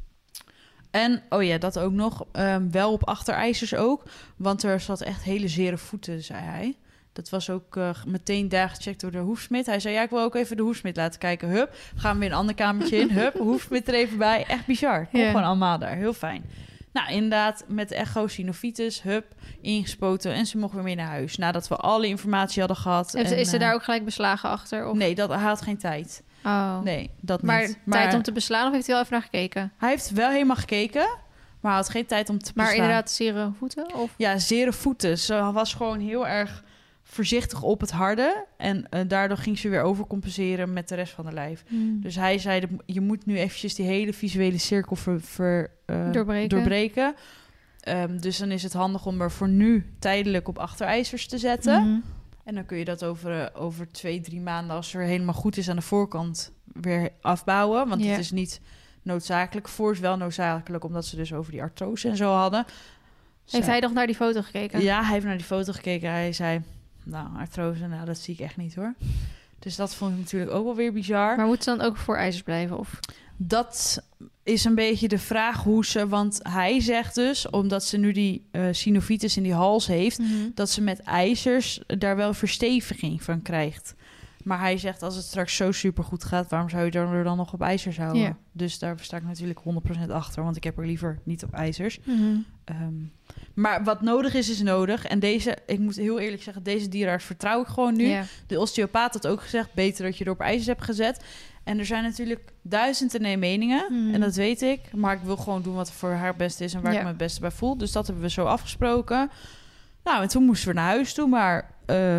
En, oh ja, dat ook nog, um, wel op achterijzers ook, want er zat echt hele zere voeten, zei hij. Dat was ook uh, meteen daar gecheckt door de hoefsmid. Hij zei, ja, ik wil ook even de hoefsmid laten kijken. Hup, gaan we weer een ander kamertje in. Hup, hoefsmid er even bij. Echt bizar. Kom yeah. gewoon allemaal daar. Heel fijn. Nou, inderdaad, met de echo, synovitis, hup, ingespoten. En ze mocht weer mee naar huis. Nadat we alle informatie hadden gehad. En, en, is er uh, daar ook gelijk beslagen achter? Of? Nee, dat, hij had geen tijd. Oh. Nee, dat maar niet. Maar tijd om te beslaan of heeft hij wel even naar gekeken? Hij heeft wel helemaal gekeken. Maar hij had geen tijd om te beslaan. Maar inderdaad, zere voeten? Of? Ja, zere voeten. Ze was gewoon heel erg voorzichtig op het harde. En uh, daardoor ging ze weer overcompenseren met de rest van de lijf. Hmm. Dus hij zei, je moet nu eventjes die hele visuele cirkel ver, ver, uh, doorbreken. doorbreken. Um, dus dan is het handig om er voor nu tijdelijk op achterijzers te zetten. Hmm. En dan kun je dat over, uh, over twee, drie maanden, als er helemaal goed is aan de voorkant, weer afbouwen. Want yeah. het is niet noodzakelijk voor. Is wel noodzakelijk, omdat ze dus over die artrose en zo hadden. Heeft Zij- hij nog naar die foto gekeken? Ja, hij heeft naar die foto gekeken. Hij zei, nou, artrose, nou, dat zie ik echt niet hoor. Dus dat vond ik natuurlijk ook wel weer bizar. Maar moet ze dan ook voor ijzers blijven? Of? Dat is een beetje de vraag hoe ze... Want hij zegt dus, omdat ze nu die uh, synovitis in die hals heeft... Mm-hmm. dat ze met ijzers daar wel versteviging van krijgt. Maar hij zegt, als het straks zo supergoed gaat... waarom zou je er dan nog op ijzers houden? Ja. Dus daar sta ik natuurlijk honderd procent achter... want ik heb er liever niet op ijzers. Mm-hmm. Um, maar wat nodig is, is nodig. En deze, ik moet heel eerlijk zeggen... deze dierenarts vertrouw ik gewoon nu. Ja. De osteopaat had ook gezegd... beter dat je er op ijzers hebt gezet... En er zijn natuurlijk duizenden en één meningen. Mm. En dat weet ik. Maar ik wil gewoon doen wat voor haar het beste is... en waar Ja. ik me het beste bij voel. Dus dat hebben we zo afgesproken. Nou, en toen moesten we naar huis toe. Maar uh,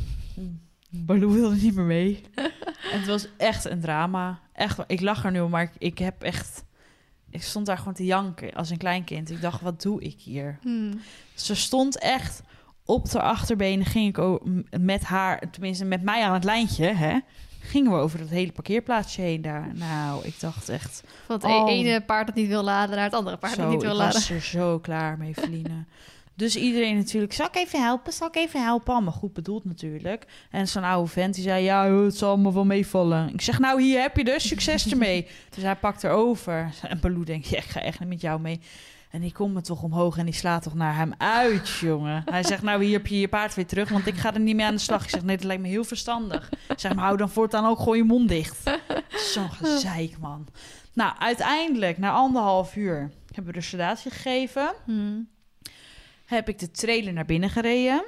Baloo wilde niet meer mee. En het was echt een drama. Echt, ik lach er nu om, maar ik, ik heb echt... Ik stond daar gewoon te janken als een kleinkind. Ik dacht, wat doe ik hier? Hmm. Ze stond echt op de achterbenen. Ging ik o- met haar, tenminste met mij aan het lijntje, hè? Gingen we over dat hele parkeerplaatsje heen daar. Nou, ik dacht echt... Van het Oh. ene paard dat niet wil laden naar het andere paard Zo, dat niet wil ik laden. was er zo klaar mee, Feline. Dus iedereen natuurlijk, zal ik even helpen? Zal ik even helpen? Allemaal goed bedoeld natuurlijk. En zo'n oude vent die zei, ja, joh, het zal allemaal wel meevallen. Ik zeg, nou, hier heb je dus, succes ermee. Dus hij pakt er over. En Baloo denkt, ja, ik ga echt niet met jou mee. En die komt me toch omhoog en die slaat toch naar hem uit, jongen. Hij zegt, nou, hier heb je je paard weer terug, want ik ga er niet mee aan de slag. Ik zeg, nee, dat lijkt me heel verstandig. Ik zeg, maar hou dan voortaan ook gewoon je mond dicht. Zo'n gezeik, man. Nou, uiteindelijk, na anderhalf uur, hebben we de sedatie gegeven. Hmm. Heb ik de trailer naar binnen gereden.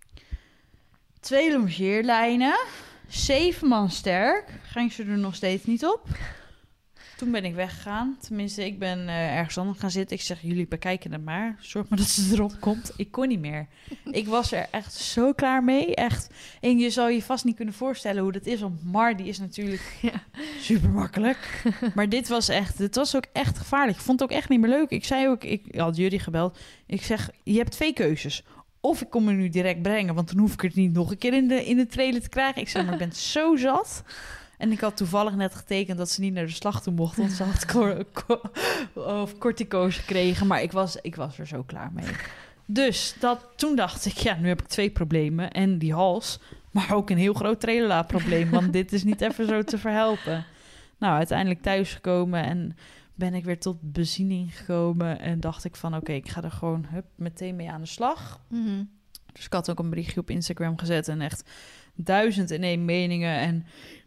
Twee longeerlijnen. Zeven man sterk. Ging ze er nog steeds niet op. Toen ben ik weggegaan. Tenminste, ik ben uh, ergens anders gaan zitten. Ik zeg, jullie bekijken het maar. Zorg maar dat ze erop komt. Ik kon niet meer. Ik was er echt zo klaar mee. Echt. En je zal je vast niet kunnen voorstellen hoe dat is. Want Mar, die is natuurlijk Ja. super makkelijk. Maar dit was echt, dit was ook echt gevaarlijk. Ik vond het ook echt niet meer leuk. Ik zei ook, ik had jullie gebeld. Ik zeg, je hebt twee keuzes. Of ik kom er nu direct brengen, want dan hoef ik het niet nog een keer in de, in de trailer te krijgen. Ik zeg, maar ik ben zo zat. En ik had toevallig net getekend dat ze niet naar de slag toe mocht. Want ze had cor- cor- of cortico's gekregen. Maar ik was, ik was er zo klaar mee. Dus dat, toen dacht ik, ja, nu heb ik twee problemen. En die hals, maar ook een heel groot trailerlaadprobleem. Want dit is niet even zo te verhelpen. Nou, uiteindelijk thuisgekomen en ben ik weer tot bezinning gekomen. En dacht ik van, oké, okay, ik ga er gewoon hup, meteen mee aan de slag. Mhm. Dus ik had ook een berichtje op Instagram gezet en echt duizend en één meningen en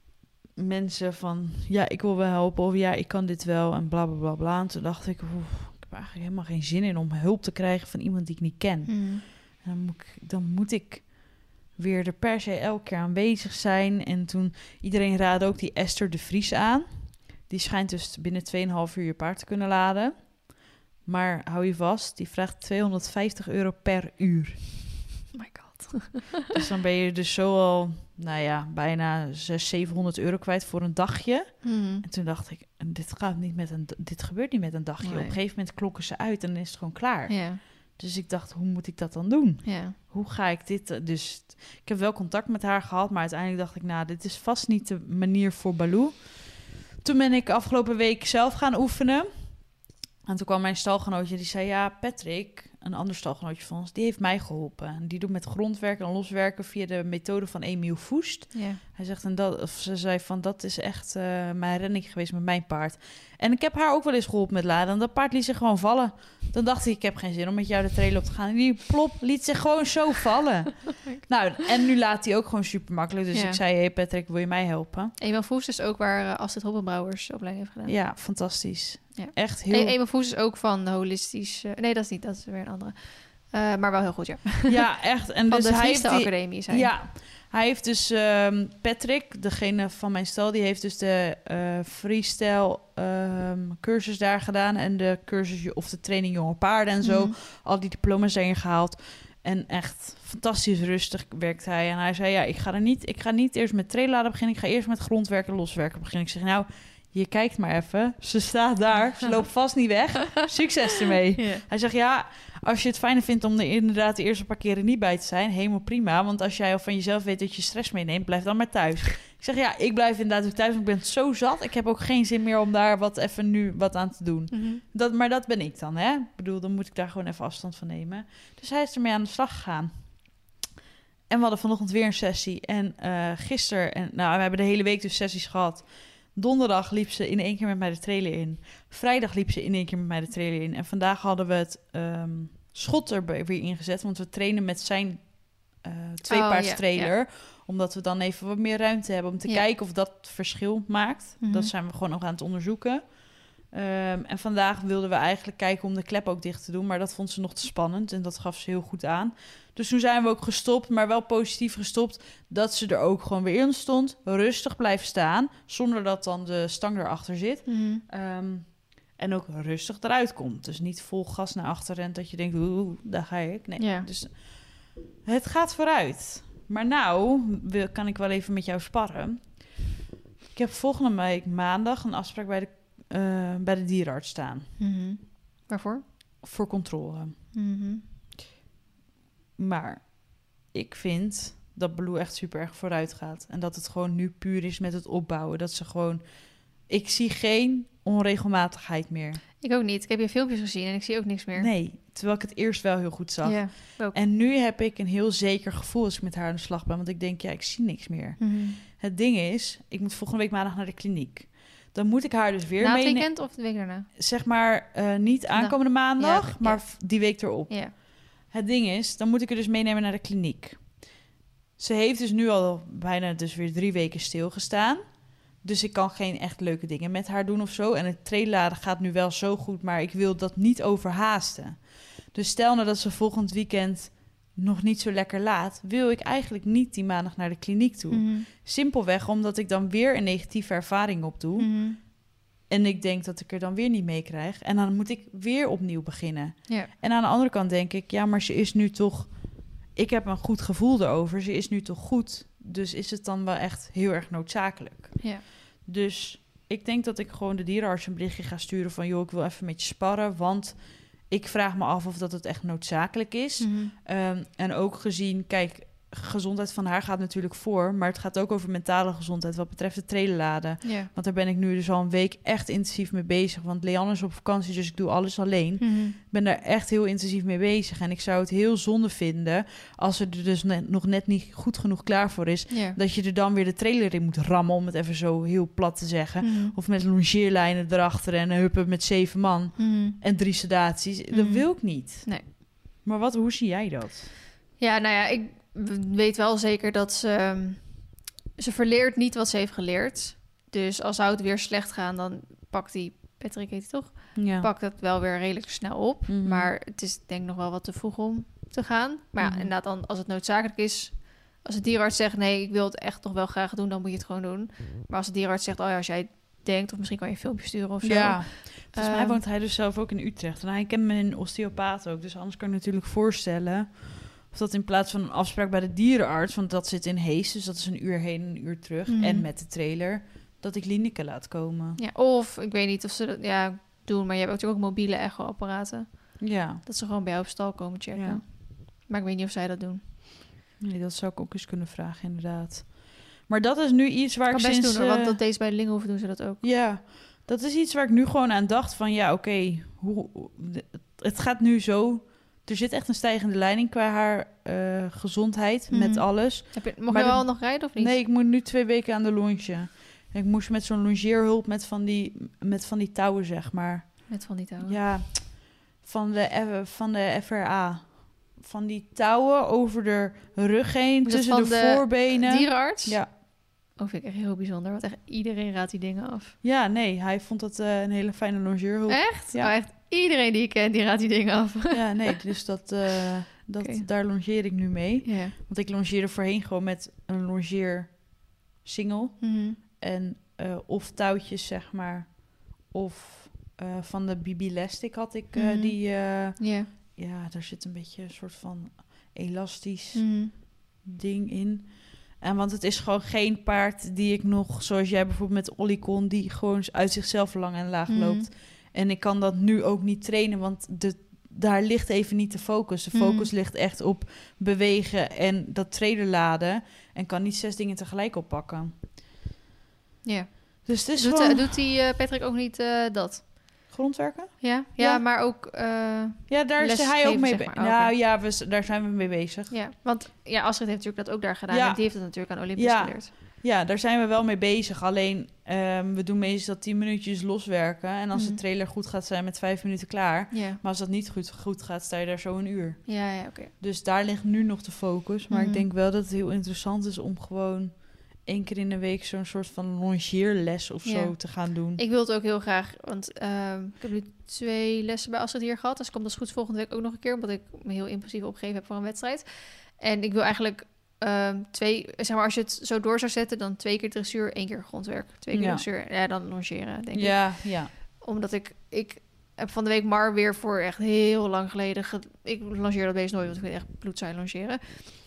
mensen van, ja, ik wil wel helpen of ja, ik kan dit wel en bla bla bla bla. En toen dacht ik, oeh, ik heb eigenlijk helemaal geen zin in om hulp te krijgen van iemand die ik niet ken. Mhm. En dan moet ik, dan moet ik weer er per se elke keer aanwezig zijn. En toen, iedereen raadde ook die Esther de Vries aan. Die schijnt dus binnen twee komma vijf uur je paard te kunnen laden. Maar hou je vast, die vraagt tweehonderdvijftig euro per uur. Oh my god. Dus dan ben je dus zo al, nou ja, bijna zeshonderd, zevenhonderd euro kwijt voor een dagje. Mhm. En toen dacht ik, dit gaat niet met een, dit gebeurt niet met een dagje. Nee. Op een gegeven moment klokken ze uit en dan is het gewoon klaar. Ja, Dus ik dacht, hoe moet ik dat dan doen? ja. Hoe ga ik dit... uh, Dus ik heb wel contact met haar gehad, maar uiteindelijk dacht ik, nou, dit is vast niet de manier voor Baloo. Toen ben ik afgelopen week zelf gaan oefenen. En toen kwam mijn stalgenootje, die zei, ja, Patrick, een ander stalgenootje van ons, die heeft mij geholpen. En die doet met grondwerken en loswerken via de methode van Emiel Voest. Ja. Hij zegt, en dat, of ze zei van, dat is echt uh, mijn redding geweest met mijn paard. En ik heb haar ook wel eens geholpen met laden. En dat paard liet zich gewoon vallen. Dan dacht ik, ik heb geen zin om met jou de trailer op te gaan. En die plop liet zich gewoon zo vallen. Nou, en nu laat hij ook gewoon super makkelijk. Dus Ja. ik zei, hey Patrick, wil je mij helpen? Eenmaal Voes is ook waar uh, Astrid Hoppenbrouwers opleiding heeft gedaan. Ja, fantastisch. Ja. Echt heel... E- Eenmaal Voes is ook van de holistisch... Uh, nee, dat is niet. Dat is weer een andere. Uh, maar wel heel goed, ja. Ja, echt. En Van dus de hij heeft Freestyle die... Academie zijn. Ja, hij heeft dus um, Patrick, degene van mijn stal, die heeft dus de uh, freestyle um, cursus daar gedaan en de cursus of de training jonge paarden en zo. Mhm. Al die diploma's zijn gehaald. En echt fantastisch rustig werkt hij. En hij zei, ja, ik ga er niet, ik ga niet eerst met trailladen beginnen. Ik ga eerst met grondwerken en loswerken beginnen. Ik zeg, nou, je kijkt maar even. Ze staat daar, ze loopt vast niet weg. Succes ermee. Ja. Hij zegt, ja, als je het fijner vindt om er inderdaad de eerste paar keren niet bij te zijn, helemaal prima. Want als jij al van jezelf weet dat je stress meeneemt, blijf dan maar thuis. Ik zeg, ja, ik blijf inderdaad ook thuis, want ik ben zo zat. Ik heb ook geen zin meer om daar wat even nu wat aan te doen. Mm-hmm. Dat, maar dat ben ik dan, hè. Ik bedoel, dan moet ik daar gewoon even afstand van nemen. Dus hij is ermee aan de slag gegaan. En we hadden vanochtend weer een sessie. En uh, gisteren, en, nou, we hebben de hele week dus sessies gehad. Donderdag liep ze in één keer met mij de trailer in. Vrijdag liep ze in één keer met mij de trailer in. En vandaag hadden we het um, schot er weer ingezet. Want we trainen met zijn uh, tweepaardstrailer. Oh, ja, ja. Omdat we dan even wat meer ruimte hebben om te ja. kijken of dat verschil maakt. Mm-hmm. Dat zijn we gewoon nog aan het onderzoeken. Um, en vandaag wilden we eigenlijk kijken om de klep ook dicht te doen. Maar dat vond ze nog te spannend en dat gaf ze heel goed aan. Dus toen zijn we ook gestopt, maar wel positief gestopt. Dat ze er ook gewoon weer in stond. Rustig blijft staan, zonder dat dan de stang erachter zit. Mm-hmm. Um, en ook rustig eruit komt. Dus niet vol gas naar achter rent dat je denkt, oeh, daar ga ik. Nee, ja. Dus het gaat vooruit. Maar nou wil, kan ik wel even met jou sparren. Ik heb volgende week maandag een afspraak bij de, uh, bij de dierenarts staan. Mm-hmm. Waarvoor? Voor controle. Mm-hmm. Maar ik vind dat Baloo echt super erg vooruit gaat. En dat het gewoon nu puur is met het opbouwen. Dat ze gewoon... Ik zie geen onregelmatigheid meer. Ik ook niet. Ik heb je filmpjes gezien en ik zie ook niks meer. Nee, terwijl ik het eerst wel heel goed zag. Ja, ook. En nu heb ik een heel zeker gevoel als ik met haar aan de slag ben. Want ik denk, ja, ik zie niks meer. Mm-hmm. Het ding is, ik moet volgende week maandag naar de kliniek. Dan moet ik haar dus weer Na het meenemen. weekend of de week daarna? Zeg maar, uh, niet aankomende maandag, ja, maar ja. die week erop. Ja. Het ding is, dan moet ik er dus meenemen naar de kliniek. Ze heeft dus nu al bijna dus weer drie weken stilgestaan. Dus ik kan geen echt leuke dingen met haar doen of zo. En het trailladen gaat nu wel zo goed, maar ik wil dat niet overhaasten. Dus stel nou dat ze volgend weekend nog niet zo lekker laat, wil ik eigenlijk niet die maandag naar de kliniek toe. Mm-hmm. Simpelweg omdat ik dan weer een negatieve ervaring opdoe. Mm-hmm. En ik denk dat ik er dan weer niet mee krijg. En dan moet ik weer opnieuw beginnen. Ja. En aan de andere kant denk ik, ja, maar ze is nu toch... Ik heb een goed gevoel erover. Ze is nu toch goed. Dus is het dan wel echt heel erg noodzakelijk. Ja. Dus ik denk dat ik gewoon de dierenarts een berichtje ga sturen van... joh, ik wil even met je sparren, want ik vraag me af of dat het echt noodzakelijk is. Mm-hmm. Um, en ook gezien, kijk... gezondheid van haar gaat natuurlijk voor, maar het gaat ook over mentale gezondheid wat betreft het trailerladen. Ja. Want daar ben ik nu dus al een week echt intensief mee bezig. Want Leanne is op vakantie, dus ik doe alles alleen. Mm-hmm. Ik ben daar echt heel intensief mee bezig. En ik zou het heel zonde vinden als ze er dus net, nog net niet goed genoeg klaar voor is. Ja. Dat je er dan weer de trailer in moet rammen, om het even zo heel plat te zeggen. Mm-hmm. Of met longeerlijnen erachter en huppen met zeven man. Mm-hmm. En drie sedaties. Dat Mm-hmm. wil ik niet. Nee. Maar wat, hoe zie jij dat? Ja, nou ja, ik weet wel zeker dat ze... Ze verleert niet wat ze heeft geleerd. Dus als zou het weer slecht gaan, dan pakt die... Patrick heet hij toch? Ja. Pakt het wel weer redelijk snel op. Mm-hmm. Maar het is denk ik nog wel wat te vroeg om te gaan. Maar ja, Mm-hmm. inderdaad, dan, als het noodzakelijk is... Als de dierenarts zegt, nee, ik wil het echt nog wel graag doen... dan moet je het gewoon doen. Maar als de dierenarts zegt, oh ja, als jij denkt... of misschien kan je een filmpje sturen of zo. Ja, volgens mij Um, woont hij dus zelf ook in Utrecht. En hij kent mijn osteopaat ook. Dus anders kan ik natuurlijk voorstellen... of dat in plaats van een afspraak bij de dierenarts... want dat zit in Hees, dus dat is een uur heen en een uur terug... Mm-hmm. en met de trailer, dat ik Lineke laat komen. Ja, of, ik weet niet of ze dat ja, doen... maar je hebt natuurlijk ook mobiele echo-apparaten. Ja. Dat ze gewoon bij jou op stal komen checken. Ja. Maar ik weet niet of zij dat doen. Nee, dat zou ik ook eens kunnen vragen, inderdaad. Maar dat is nu iets waar Kan ik best sinds... doen, hoor, want uh, dat deze bij de Lingenhoven doen ze dat ook. Ja, dat is iets waar ik nu gewoon aan dacht van... ja, oké, okay, hoe het gaat nu zo... Er zit echt een stijgende leiding qua haar uh, gezondheid, Mm-hmm. met alles. Heb je, mocht Maar je wel de, nog rijden of niet? Nee, ik moet nu twee weken aan de longe. Ik moest met zo'n longeerhulp met van die, met van die touwen, zeg maar. Met van die touwen? Ja, van de, van de F R A. Van die touwen over de rug heen, tussen de, de voorbenen. Dierenarts? Ja. Oh, vind ik echt heel bijzonder. Want echt iedereen raadt die dingen af. Ja, nee, hij vond het uh, een hele fijne longeerhulp. Echt? Ja. Oh, echt iedereen die ik ken, die raadt die dingen af. Ja, nee, dus dat, uh, dat, okay. daar longeer ik nu mee. Yeah. Want ik longeerde voorheen gewoon met een longeer single. Mm-hmm. En uh, of touwtjes, zeg maar. Of uh, van de B B-lastic had ik uh, mm-hmm. die... Uh, yeah. Ja, daar zit een beetje een soort van elastisch mm-hmm. ding in. En want het is gewoon geen paard die ik nog, zoals jij bijvoorbeeld met Ollie kon, die gewoon uit zichzelf lang en laag Mhm. loopt. En ik kan dat nu ook niet trainen, want de, daar ligt even niet de focus. De focus Mhm. ligt echt op bewegen en dat treden laden. En kan niet zes dingen tegelijk oppakken. Ja. Dus het is Doet, gewoon eh, doet die eh, Patrick ook niet eh, dat? grondwerken. Ja? Ja, Ja. maar ook... eh, Ja, daar is Les hij ook geven, mee zeg bezig. maar. Oh, Nou oké. ja, we, daar zijn we mee bezig. ja, want ja, Astrid heeft natuurlijk dat ook daar gedaan. Ja. En die heeft het natuurlijk aan Olympus Ja. geleerd. Ja, daar zijn we wel mee bezig. Alleen, ehm, we doen meestal tien minuutjes loswerken. En als Mhm. de trailer goed gaat, zijn we met vijf minuten klaar. Ja, Maar als dat niet goed, goed gaat, sta je daar zo een uur. ja, ja oké. Dus daar ligt nu nog de focus. Maar Mhm. ik denk wel dat het heel interessant is om gewoon één keer in de week zo'n soort van longeerles of Ja. zo te gaan doen. Ik wil het ook heel graag, want ehm, ik heb nu twee lessen bij Astrid hier gehad. Dus komt als goed volgende week ook nog een keer, omdat ik me heel impulsief opgegeven heb voor een wedstrijd. En ik wil eigenlijk ehm, twee, zeg maar als je het zo door zou zetten, dan twee keer dressuur, één keer grondwerk. Twee keer Ja. dressuur, ja, dan longeren, denk ik. Ja, ja. Omdat ik, ik heb van de week Mar weer voor echt heel lang geleden... Ge- ik longeer dat beest nooit, want ik vind het echt bloedsaai longeren.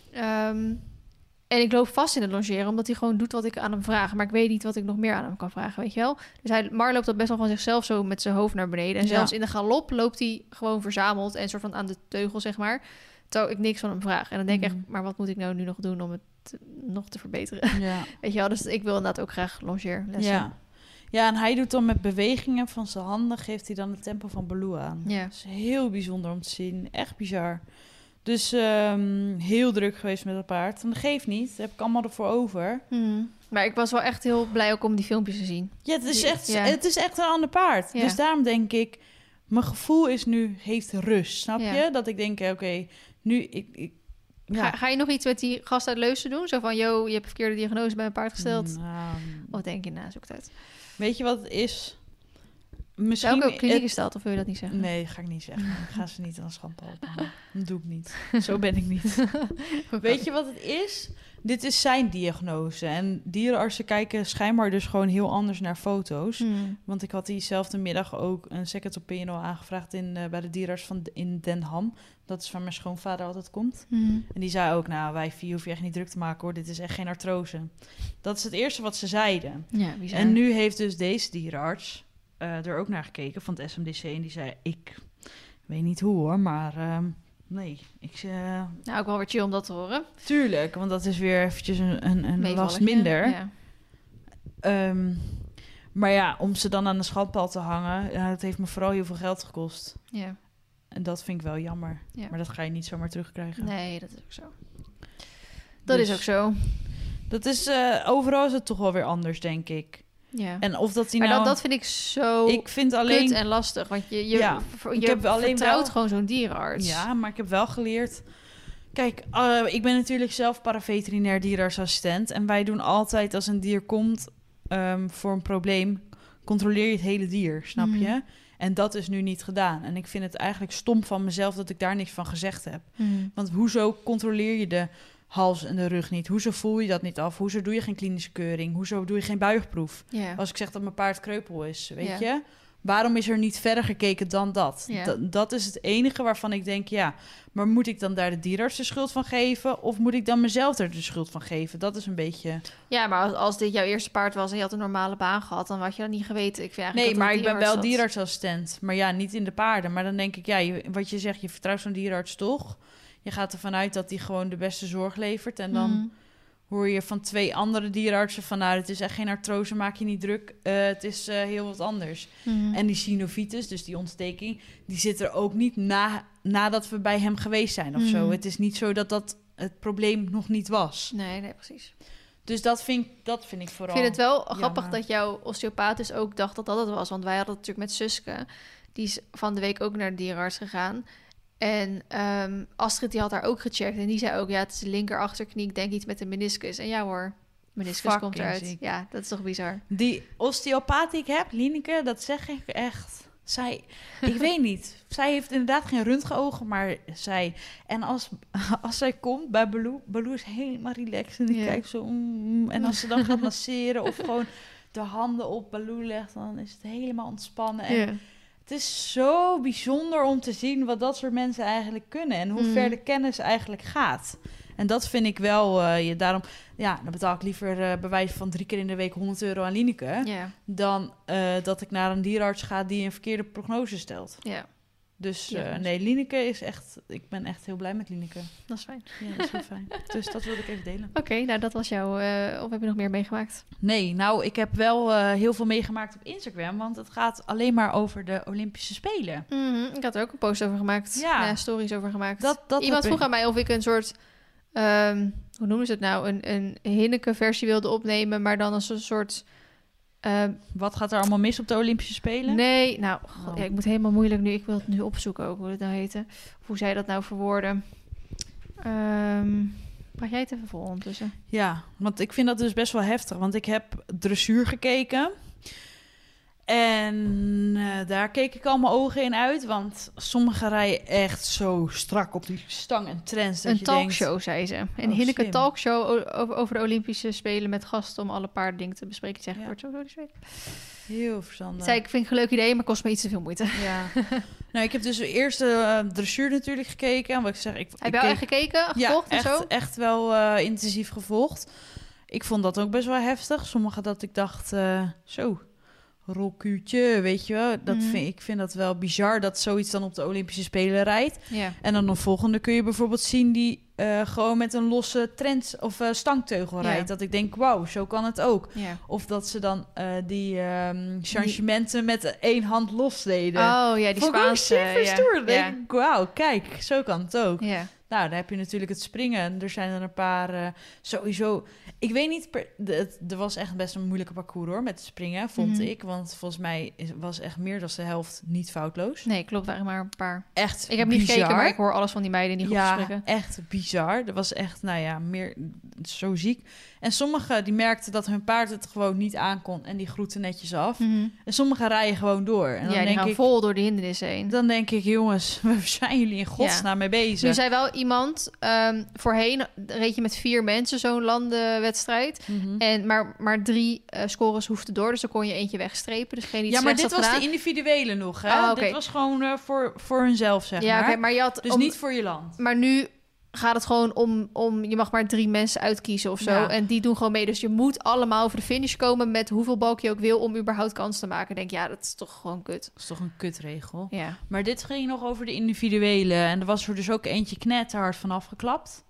Ehm, en ik loop vast in het longeren, omdat hij gewoon doet wat ik aan hem vraag. Maar ik weet niet wat ik nog meer aan hem kan vragen, weet je wel? Dus hij, Mar loopt dat best wel van zichzelf zo met zijn hoofd naar beneden. En Ja. zelfs in de galop loopt hij gewoon verzameld en soort van aan de teugel, zeg maar. Terwijl ik niks van hem vraag. En dan denk ik Mhm. echt, maar wat moet ik nou nu nog doen om het te- nog te verbeteren? Ja. Weet je wel? Dus ik wil inderdaad ook graag longeerlessen. Ja. Ja, en hij doet dan met bewegingen van zijn handen, geeft hij dan het tempo van Baloo aan. Ja. Dat is heel bijzonder om te zien. Echt bizar. Dus ehm, heel druk geweest met dat paard. En dat geeft niet. Dat heb ik allemaal ervoor over. Mhm. Maar ik was wel echt heel blij ook om die filmpjes te zien. Ja, het is Die- echt, ja. het is echt een ander paard. Ja. Dus daarom denk ik, mijn gevoel is nu, heeft rust. Snap Ja. je? Dat ik denk, oké, nu... Ik, ik, ja. Ga, ga je nog iets met die gast uit Leusden doen? Zo van, yo, je hebt een verkeerde diagnose bij een paard gesteld. Nou, Wat denk je na? Zoek het uit. weet je wat het is? Misschien... Welke kliniek het- is dat? Of wil je dat niet zeggen? Nee, ga ik niet zeggen. Ik ga ze niet aan de schandpaal ophangen. Dat doe ik niet. Zo ben ik niet. Weet je wat het is? Dit is zijn diagnose. En dierenartsen kijken schijnbaar dus gewoon heel anders naar foto's. Hmm. Want ik had diezelfde middag ook een second opinion aangevraagd in, eh, bij de dierenarts van D- in Den Ham. Dat is waar mijn schoonvader altijd komt. Hmm. En die zei ook, nou, wij vier hoef je echt niet druk te maken hoor. Dit is echt geen artrose. Dat is het eerste wat ze zeiden. Ja, bizar. En nu heeft dus deze dierenarts eh, er ook naar gekeken van het S M D C. En die zei, ik weet niet hoe hoor, maar ehm, nee. Ik, eh, Nou, ook wel weer chill om dat te horen. tuurlijk, want dat is weer eventjes een, een, een last Meevalletje. minder. Ja. Ehm, maar ja, om ze dan aan de schandpaal te hangen, ja, dat heeft me vooral heel veel geld gekost. Ja. En dat vind ik wel jammer. Ja. Maar dat ga je niet zomaar terugkrijgen. Nee, dat is ook zo. Dat Dus is ook zo. Dat is, eh, overal is het toch wel weer anders, denk ik. Ja. En of dat die Maar nou... dat, dat vind ik zo ik vind kut alleen... en lastig. Want je, je, Ja, ver- ik je heb alleen vertrouwt wel- gewoon zo'n dierenarts. Ja, maar ik heb wel geleerd... Kijk, eh, ik ben natuurlijk zelf paraveterinair dierenartsassistent. En wij doen altijd als een dier komt ehm, voor een probleem... controleer je het hele dier, snap Mhm. je? En dat is nu niet gedaan. En ik vind het eigenlijk stom van mezelf dat ik daar niks van gezegd heb. Hmm. Want hoezo controleer je de hals en de rug niet? Hoezo voel je dat niet af? Hoezo doe je geen klinische keuring? Hoezo doe je geen buigproef? Ja. Als ik zeg dat mijn paard kreupel is, weet Ja. je? Waarom is er niet verder gekeken dan dat? Ja. Dat? Dat is het enige waarvan ik denk, ja... maar moet ik dan daar de dierenarts de schuld van geven... of moet ik dan mezelf er de schuld van geven? Dat is een beetje... Ja, maar als, als dit jouw eerste paard was en je had een normale baan gehad, dan had je dat niet geweten. Ik vind eigenlijk Nee, dat maar een ik ben wel dierenarts dat- dierenartsassistent. Maar ja, niet in de paarden. Maar dan denk ik, ja, je, wat je zegt... je vertrouwt zo'n dierenarts toch? Je gaat ervan uit dat die gewoon de beste zorg levert... en dan... Mhm. hoor je van twee andere dierenartsen van... nou, het is echt geen artrose, maak je niet druk. Eh, het is eh, heel wat anders. Mhm. En die synovitis, dus die ontsteking... die zit er ook niet na, nadat we bij hem geweest zijn of zo. Mhm. Het is niet zo dat dat het probleem nog niet was. Nee, nee, precies. Dus dat vind, ik- dat vind ik Ik vooral... vind het wel jammer. grappig dat jouw osteopaat dus ook dacht dat dat het was. Want wij hadden het natuurlijk met Suske. Die is van de week ook naar de dierenarts gegaan. En ehm, Astrid die had haar ook gecheckt. En die zei ook, ja, het is de linker achterknie. Ik denk iets met de meniscus. En ja hoor, meniscus Fucking komt eruit. ziek. Ja, dat is toch bizar. Die osteopaat die ik heb, Lineke, dat zeg ik echt... Zij, ik weet niet. Zij heeft inderdaad geen röntgenogen, maar zij... En als, als zij komt bij Baloo, Baloo is helemaal relaxed. En die Ja. kijkt zo... mm, en als ze dan gaat masseren of gewoon de handen op Baloo legt... dan is het helemaal ontspannen. En Ja. het is zo bijzonder om te zien wat dat soort mensen eigenlijk kunnen. En hoe Mhm. ver de kennis eigenlijk gaat. En dat vind ik wel, uh, je, daarom, ja, dan betaal ik liever uh, bij wijze van drie keer in de week honderd euro aan Lineke, Ja. dan uh, dat ik naar een dierenarts ga die een verkeerde prognose stelt. Ja. Dus Ja, uh, dus- nee, Lineke is echt, ik ben echt heel blij met Lineke. Dat is fijn. Ja, dat is heel fijn. Dus dat wilde ik even delen. Oké, okay, nou dat was jouw... Uh, of heb je nog meer meegemaakt? Nee, nou, ik heb wel uh, heel veel meegemaakt op Instagram, want het gaat alleen maar over de Olympische Spelen. Mm-hmm. Ik had er ook een post over gemaakt. Ja. Ja, stories over gemaakt. Dat, dat Iemand heb vroeg aan mij of ik een soort... Um, hoe noemen ze het nou? Een, een Hinneke-versie wilde opnemen, maar dan als een soort... Uh, Wat gaat er allemaal mis op de Olympische Spelen? Nee, nou, god, Oh. ja, ik moet helemaal moeilijk nu. Ik wil het nu opzoeken ook, hoe het nou heette. Of hoe zij dat nou verwoorden. Um, praat jij het even vol ondertussen? Ja, want ik vind dat dus best wel heftig. Want ik heb dressuur gekeken. En uh, daar keek ik al mijn ogen in uit. Want sommigen rijden echt zo strak op die stang en trends. Dat een je talkshow, denkt, zei ze. Een oh, Hinneke slim. talkshow over, over de Olympische Spelen met gasten om alle paardendingen te bespreken. Die zeggen, Ja. wordt zo door die Spelen. Heel verstandig. Zei ik, vind ik een leuk idee, maar kost me iets te veel moeite. Ja. Nou, ik heb dus de eerste uh, dressuur natuurlijk gekeken. En wat ik zeg, ik, Heb ik je al keek- echt gekeken, gevolgd ja, en echt, zo? echt wel uh, intensief gevolgd. Ik vond dat ook best wel heftig. Sommige dat ik dacht, uh, zo, rolkuutje, weet je wel. Dat Mhm. vind, ik vind dat wel bizar dat zoiets dan op de Olympische Spelen rijdt. Ja. En dan de volgende kun je bijvoorbeeld zien die uh, gewoon met een losse trend of uh, stangteugel Ja. rijdt. Dat ik denk, wauw, zo kan het ook. Ja. Of dat ze dan uh, die um, changementen met één hand los deden. Oh ja, die Vond ik ook Spaanse. super ja. stoer. Dan Ja. denk ik, wauw, kijk, zo kan het ook. Ja. Nou, dan heb je natuurlijk het springen. Er zijn er een paar uh, sowieso... Ik weet niet, per, de, het, er was echt best een moeilijke parcours hoor, met het springen, vond Mhm. ik. Want volgens mij is, was echt meer dan de helft niet foutloos. Nee, klopt, waren maar een paar. Echt Ik heb niet bizar. gekeken, maar ik hoor alles van die meiden die goed Ja, spreken. echt bizar. Dat was echt, nou ja, meer zo ziek. En sommigen die merkten dat hun paard het gewoon niet aankon en die groeten netjes af. Mhm. En sommigen rijden gewoon door. En dan Ja, die denk gaan ik, vol door de hindernissen heen. dan denk ik, jongens, waar zijn jullie in godsnaam mee bezig? Nu zei wel iemand, um, voorheen reed je met vier mensen zo'n landenwedstrijd. Mhm. En maar, maar drie uh, scores hoefden door, dus dan kon je eentje wegstrepen. Dus geen die Ja, het maar dit slechtst was had de gedaan. individuele nog, hè? Oh, oké. Dit was gewoon uh, voor, voor hunzelf, zeg Ja, maar. oké, maar je had... Dus om- niet voor je land. Maar nu gaat het gewoon om, om... Je mag maar drie mensen uitkiezen of zo. Ja. En die doen gewoon mee. Dus je moet allemaal over de finish komen met hoeveel balk je ook wil om überhaupt kans te maken. Ik denk, ja, dat is toch gewoon kut. Dat is toch een kutregel. Ja. Maar dit ging nog over de individuele. En er was er dus ook eentje knetterhard van afgeklapt.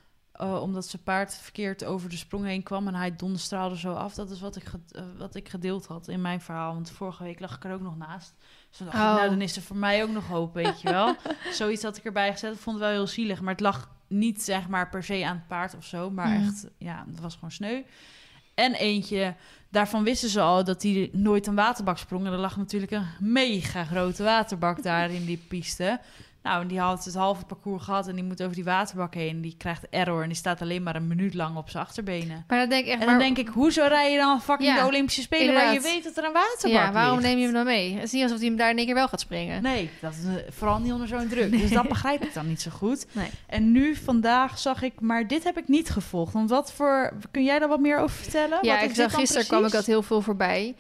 Uh, omdat zijn paard verkeerd over de sprong heen kwam en hij donderstraalde zo af. Dat is wat ik, ge- uh, wat ik gedeeld had in mijn verhaal. Want vorige week lag ik er ook nog naast. Dus toen dacht ik, Oh. nou, dan is er voor mij ook nog hoop, weet je wel. Zoiets had ik erbij gezet. Ik vond het wel heel zielig. Maar het lag niet, zeg maar, per se aan het paard of zo. Maar Mm. echt, ja, het was gewoon sneu. En eentje, daarvan wisten ze al dat hij nooit een waterbak sprong. En er lag natuurlijk een mega grote waterbak daar in die piste. Nou, en die had het halve parcours gehad en die moet over die waterbak heen. Die krijgt error en die staat alleen maar een minuut lang op zijn achterbenen. Maar dan denk ik echt... En dan maar, denk ik, hoezo rij je dan fucking Ja, de Olympische Spelen waar je inderdaad. weet dat er een waterbak ja, waarom ligt? neem je hem dan mee? Het is niet alsof hij hem daar in één keer wel gaat springen. Nee, dat is eh, vooral niet onder zo'n druk. Dus dat begrijp ik dan niet zo goed. Nee. En nu, vandaag, zag ik... Maar dit heb ik niet gevolgd. Want wat voor... Kun jij daar wat meer over vertellen? Ja, Wat is ik zag dit dan gisteren kwam ik dat precies? heel veel voorbij.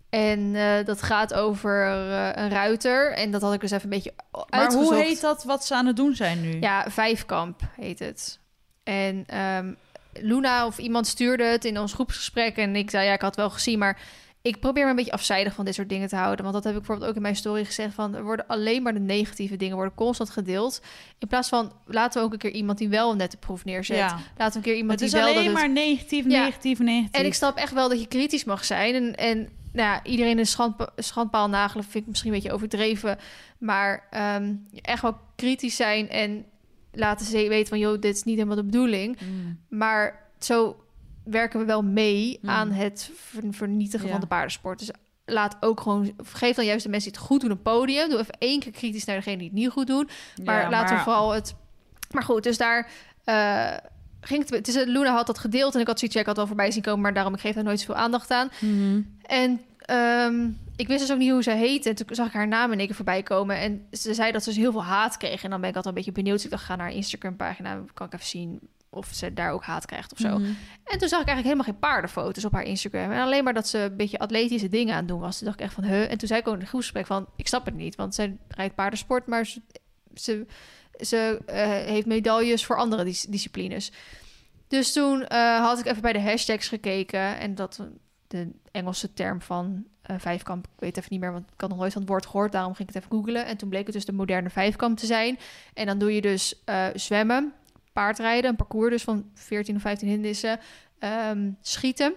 En eh, dat gaat over eh, een ruiter. En dat had ik dus even een beetje Maar uitgezocht. hoe heet dat wat ze aan het doen zijn nu? Ja, Vijfkamp heet het. En ehm, Luna of iemand stuurde het in ons groepsgesprek. En ik zei, ja, ik had het wel gezien, maar ik probeer me een beetje afzijdig van dit soort dingen te houden. Want dat heb ik bijvoorbeeld ook in mijn story gezegd. Van, er worden alleen maar de negatieve dingen worden constant gedeeld. In plaats van, laten we ook een keer iemand die wel een nette proef neerzet. Ja. Laten we een keer iemand Het is die wel alleen dat het... maar negatief, Ja. negatief, negatief. En ik snap echt wel dat je kritisch mag zijn. En, en nou ja, iedereen een schandpa- schandpaal nagelen vind ik misschien een beetje overdreven. Maar ehm, echt wel kritisch zijn en laten ze weten van... joh, dit is niet helemaal de bedoeling. Mm. Maar zo werken we wel mee Mm. aan het ver- vernietigen Ja. van de paardensport. Dus laat ook gewoon... Geef dan juist de mensen die het goed doen een podium. Doe even één keer kritisch naar degene die het niet goed doen. Maar Ja, laten maar- we vooral het... Maar goed, dus daar... eh, ging het, het is, Luna had dat gedeeld en ik had zoiets, ja, ik had al voorbij zien komen, maar daarom ik geef daar nooit zoveel aandacht aan. Mhm. En ehm, ik wist dus ook niet hoe ze heette. En toen zag ik haar naam in één keer voorbij komen. En ze zei dat ze dus heel veel haat kreeg. En dan ben ik altijd een beetje benieuwd. Dus ik dacht, ga naar haar Instagram-pagina. Kan ik even zien of ze daar ook haat krijgt of zo. Mhm. En toen zag ik eigenlijk helemaal geen paardenfoto's op haar Instagram. En alleen maar dat ze een beetje atletische dingen aan het doen was. Toen dacht ik echt van, huh? En toen zei ik ook in het groepsgesprek van, ik snap het niet. Want zij rijdt paardensport, maar ze... ze ze uh, heeft medailles voor andere dis- disciplines. Dus toen uh, had ik even bij de hashtags gekeken. En dat de Engelse term van uh, vijfkamp, ik weet even niet meer, want ik had nog nooit van het woord gehoord. Daarom ging ik het even googlen. En toen bleek het dus de moderne vijfkamp te zijn. En dan doe je dus uh, zwemmen, paardrijden, een parcours dus van veertien of vijftien hindernissen, um, schieten.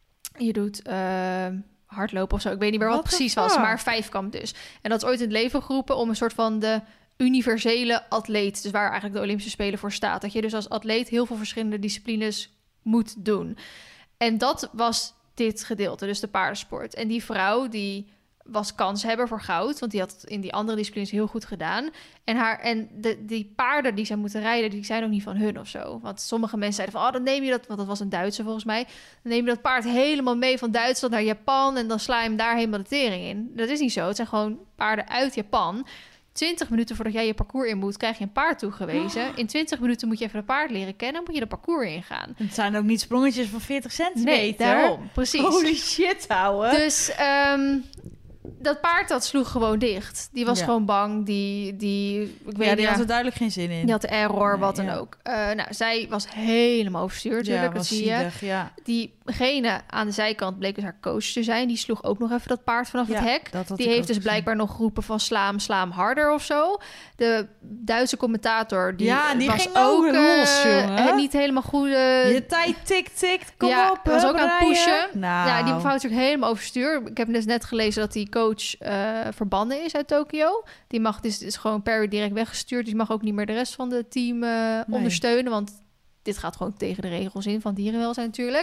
Je doet uh, hardlopen of zo. Ik weet niet meer wat, wat precies was, maar vijfkamp dus. En dat is ooit in het leven geroepen om een soort van de universele atleet, dus waar eigenlijk de Olympische Spelen voor staat. Dat je dus als atleet heel veel verschillende disciplines moet doen. En dat was dit gedeelte, dus de paardensport. En die vrouw die was kanshebber voor goud, want die had het in die andere disciplines heel goed gedaan. En, haar, en de, die paarden die zij moeten rijden, die zijn ook niet van hun of zo. Want sommige mensen zeiden van, oh, dan neem je dat, want dat was een Duitse volgens mij, dan neem je dat paard helemaal mee van Duitsland naar Japan en dan sla je hem daar helemaal de tering in. Dat is niet zo. Het zijn gewoon paarden uit Japan. twintig minuten voordat jij je parcours in moet, krijg je een paard toegewezen. In twintig minuten moet je even een paard leren kennen, moet je de parcours ingaan. Het zijn ook niet sprongetjes van veertig centimeter. Nee, daarom. Precies. Holy shit, ouwe. Dus um, dat paard, dat sloeg gewoon dicht. Die was ja. gewoon bang. Die, die, ik weet ja, die ja, had er duidelijk geen zin in. Die had de error, nee, wat dan ja. ook. Uh, nou, zij was helemaal overstuurd natuurlijk, ja, dat zie je. zielig, ja. Diegene aan de zijkant bleek dus haar coach te zijn. Die sloeg ook nog even dat paard vanaf ja, het hek. Dat die heeft dus gezien. blijkbaar nog geroepen van slaam, slaam harder of zo. De Duitse commentator, die, ja, die was ging ook uh, los, jongen. niet helemaal goede. Je tijd tikt, tikt, kom ja, op. was ook aan het pushen. Nou. Ja, die mevrouw is natuurlijk helemaal overstuur. Ik heb dus net gelezen dat die coach uh, verbannen is uit Tokio. Die mag dus is gewoon per direct weggestuurd. Dus die mag ook niet meer de rest van het team uh, nee. ondersteunen. Want dit gaat gewoon tegen de regels in van dierenwelzijn natuurlijk.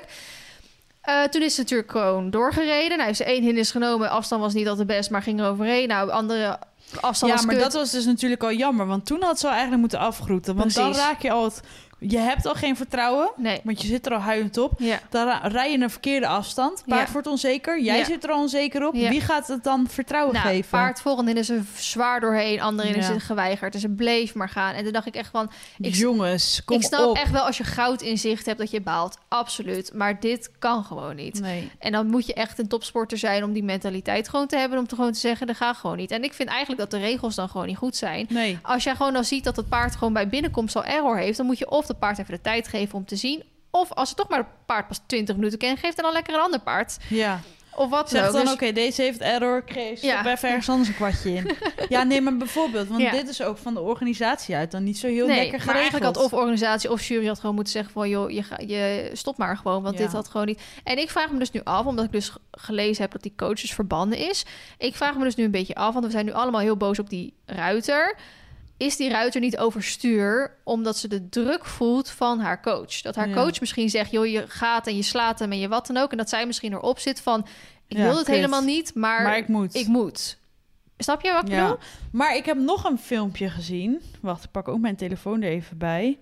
Uh, toen is ze natuurlijk gewoon doorgereden. Nou, heeft ze één hindernis genomen. Afstand was niet altijd best, maar ging er overheen. Nou, andere afstand ja, was maar kut. dat was dus natuurlijk al jammer. Want toen had ze al eigenlijk moeten afgroeten. Want Precies. dan raak je al het... Je hebt al geen vertrouwen, nee. want je zit er al huilend op. Ja. Dan ra- rij je een verkeerde afstand. Paard ja. wordt onzeker. Jij ja. zit er al onzeker op. Ja. Wie gaat het dan vertrouwen nou, geven? Paard volgende is er zwaar doorheen. Andere is Ja. er geweigerd. En ze bleef maar gaan. En toen dacht ik echt van... Ik, Jongens, kom op. Ik snap op. echt wel als je goud in zicht hebt dat je baalt. Absoluut. Maar dit kan gewoon niet. Nee. En dan moet je echt een topsporter zijn om die mentaliteit gewoon te hebben. Om te gewoon te zeggen, dat gaat gewoon niet. En ik vind eigenlijk dat de regels dan gewoon niet goed zijn. Nee. Als jij gewoon dan ziet dat het paard gewoon bij binnenkomst al error heeft, dan moet je of het paard even de tijd geven om te zien. Of als het toch maar het paard pas twintig minuten kent, geef dan al lekker een ander paard. Ja. Of wat Zeg dan dan, dus... oké, okay, deze heeft error, kreeg stop Ja. even ergens anders een kwartje in. Ja, neem maar bijvoorbeeld, want Ja. dit is ook van de organisatie uit dan niet zo heel nee, lekker maar geregeld. eigenlijk had of organisatie of jury had gewoon moeten zeggen van, joh, je, ga, je stop maar gewoon, want Ja. dit had gewoon niet. En ik vraag me dus nu af, omdat ik dus gelezen heb dat die coach dus verbannen is. Ik vraag me dus nu een beetje af, want we zijn nu allemaal heel boos op die ruiter. Is die ruiter niet overstuur omdat ze de druk voelt van haar coach? Dat haar Ja. coach misschien zegt, joh, je gaat en je slaat hem en je wat dan ook. En dat zij misschien erop zit van, ik Ja, wil het kut. helemaal niet, maar, Maar ik moet. ik moet. Snap je wat ik Ja. bedoel? Maar ik heb nog een filmpje gezien. Wacht, ik pak ook mijn telefoon er even bij.